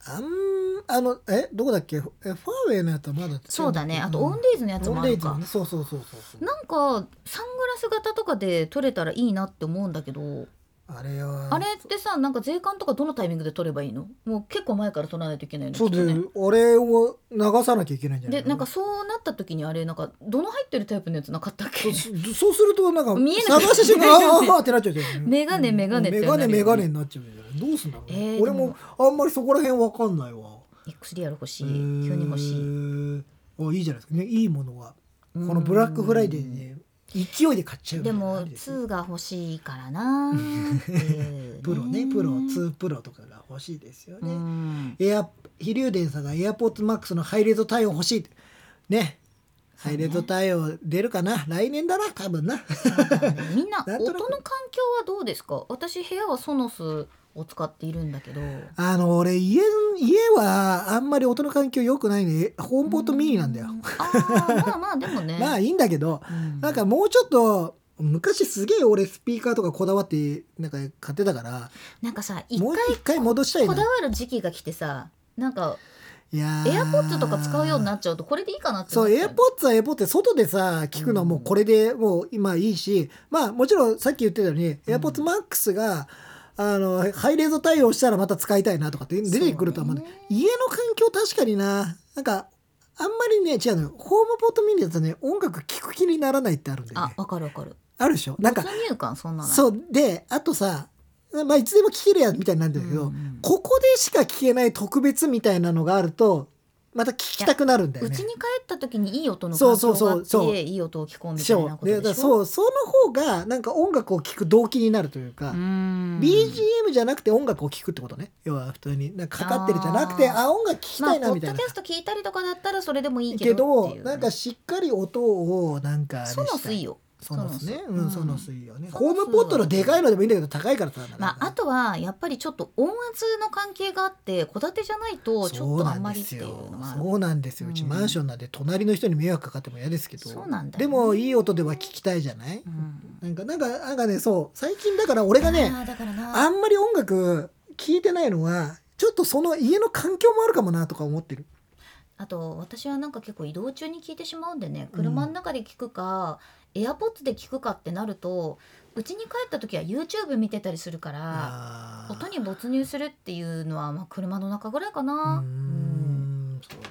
Speaker 2: どこだっけファーウェイのやつはまだ。
Speaker 1: そうだね。あとオンデイズのやつもあるか。
Speaker 2: そう
Speaker 1: なんかサングラス型とかで撮れたらいいなって思うんだけど、あれってさなんか税関とかどのタイミングで撮ればいいの？もう結構前から撮らないといけないの。
Speaker 2: そうで、あれを流さなきゃいけないんじゃないの？
Speaker 1: でなんかそうなった時にあれなんかどの入ってるタイプのやつなかったっけ？
Speaker 2: そうするとなんか
Speaker 1: 見えなくなっちゃう
Speaker 2: 探してあってなっちゃうじゃん。
Speaker 1: メガネってなるよね。
Speaker 2: メガネになっちゃうじゃん。どうすんだろうね。俺もあんまりそこら辺わかんないわ。
Speaker 1: XReal欲しい。急に欲しい。
Speaker 2: いいじゃないですかね。いいものはこのブラックフライデーで勢いで買っちゃう。
Speaker 1: でも2が欲しいからな
Speaker 2: プロね、プロ2プロとかが欲しいですよね。飛龍電さんが AirPods Max のハイレゾ対応欲しいね。ハイレゾ対応出るかな、来年だな多分な。
Speaker 1: みんな音の環境はどうですか？私部屋はソノスを使っているんだけど、
Speaker 2: 俺家はあんまり音の環境良くないんでホームポットミニなんだよ。
Speaker 1: まあでもね
Speaker 2: いいんだけど、なんかもうちょっと昔すげえ俺スピーカーとかこだわってなんか買ってたから、
Speaker 1: なんかさ
Speaker 2: もう一回戻したいな。
Speaker 1: こだわる時期が来てさなんか
Speaker 2: エア
Speaker 1: ポッツとか使うようになっちゃうとこれでいいかなって。
Speaker 2: そうエアポッツはエアポッツで外でさ聞くのはもうこれでもう今いいし、もちろんさっき言ってたようにエアポッツマックスがハイレゾ対応したらまた使いたいなとかって出てくると思うね。家の環境確かになんかあんまりね違うのよ。ホームポットミニだとね音楽聴く気にならないってあるんだよね。
Speaker 1: わかる
Speaker 2: あるでしょ。なんか
Speaker 1: 没入感そんなの。
Speaker 2: そうであとさいつでも聴けるやみたいになるんだけど、ここでしか聴けない特別みたいなのがあるとまた聞きたくなるんだよね。
Speaker 1: うちに帰った時にいい音の環境があっていい音を聞こうみたいなことでしょ。
Speaker 2: その方がなんか音楽を聴く動機になるというか、BGM じゃなくて音楽を聴くってことね。要は普通になんかかかってるじゃなくて音楽聴きたいなみたいな。
Speaker 1: ポッドキャスト聞いたりとかだったらそれでもいいけどっていう、
Speaker 2: なんかしっかり音をなんか
Speaker 1: ソノスいいよ。
Speaker 2: ソノスね、ソノスいいよね。ホームポットのでかいのでもいいんだけど高いからさ。
Speaker 1: あとはやっぱりちょっと音圧の関係があって戸建てじゃないとちょっとあんまりっていうのがある。
Speaker 2: そうなんですよ。うちマンションなんで隣の人に迷惑かかっても嫌ですけど。
Speaker 1: そうなんだよね。
Speaker 2: でもいい音では聞きたいじゃない。なんかね最近だから俺がねあんまり音楽聞いてないのはちょっとその家の環境もあるかもなとか思ってる。
Speaker 1: あと私はなんか結構移動中に聞いてしまうんでね、車の中で聞くか、エアポッツで聞くかってなるとうちに帰った時は YouTube 見てたりするから音に没入するっていうのは車の中ぐらいかな。
Speaker 2: そうね。いや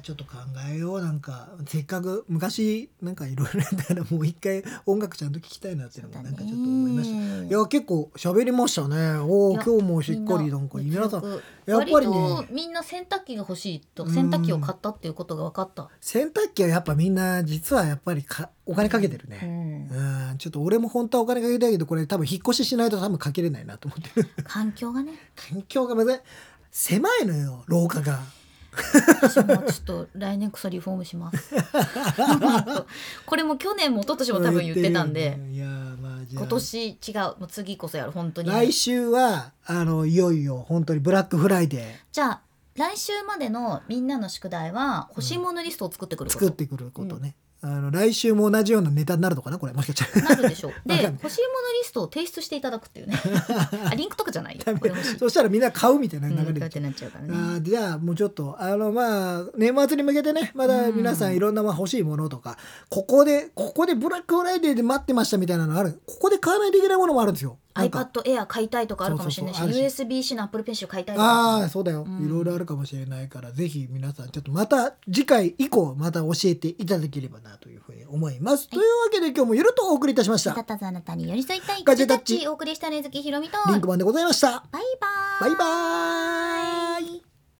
Speaker 2: ちょっと考えよう。なんかせっかく昔なんかいろいろやったらもう一回音楽ちゃんと聞きたいなっていうのもなんかちょっと思いました。いや結構喋りましたね。今日もしっかりなんか皆さんやっぱり
Speaker 1: 割と
Speaker 2: ね、
Speaker 1: みんな洗濯機が欲しいと洗濯機を買ったっていうことが分かった。
Speaker 2: 洗濯機はやっぱみんな実はやっぱりお金かけてるね。ちょっと俺も本当はお金かけたいけど、これ多分引っ越ししないと多分かけれないなと思ってる。
Speaker 1: 環境がね。
Speaker 2: 環境がまず狭いのよ、廊下が。
Speaker 1: 私もちょっと来年こそリフォームしますこれも去年も一昨年も多分言ってたんで、
Speaker 2: いやまあじゃあ
Speaker 1: 今年違う、もう次こそやる本当に。
Speaker 2: 来週はいよいよ本当にブラックフライデー。
Speaker 1: じゃあ来週までのみんなの宿題は欲しいものリストを作ってくること、
Speaker 2: 作ってくることね。来週も同じようなネタになるのかな、これもしかしたら。
Speaker 1: なるでしょう。で欲しいものリストを提出していただくっていうねリンクとかじゃないよ、これ欲しい。
Speaker 2: そしたらみんな買うみたいな流れで、
Speaker 1: ってなっちゃうからね。
Speaker 2: じゃあもうちょっとまあ年末に向けてね、まだ皆さんいろんな欲しいものとか、ここでブラックフライデーで待ってましたみたいなのある。ここで買わないといけないものもあるんですよ。
Speaker 1: iPad Air 買いたいとかあるかもしれないし、
Speaker 2: そうそうそう
Speaker 1: USB-C の Apple Pencil 買いたいとか、
Speaker 2: そうだよ、いろいろあるかもしれないから、ぜひ皆さんちょっとまた次回以降また教えていただければなというふうに思います、というわけで今日もゆるっとお送りいたしました。
Speaker 1: たずあなたに寄り添いたい
Speaker 2: ガジェタッチ、
Speaker 1: お送りしたねずきひろみと
Speaker 2: リンクマンでございました。
Speaker 1: バイバーイ。
Speaker 2: バイバーイ。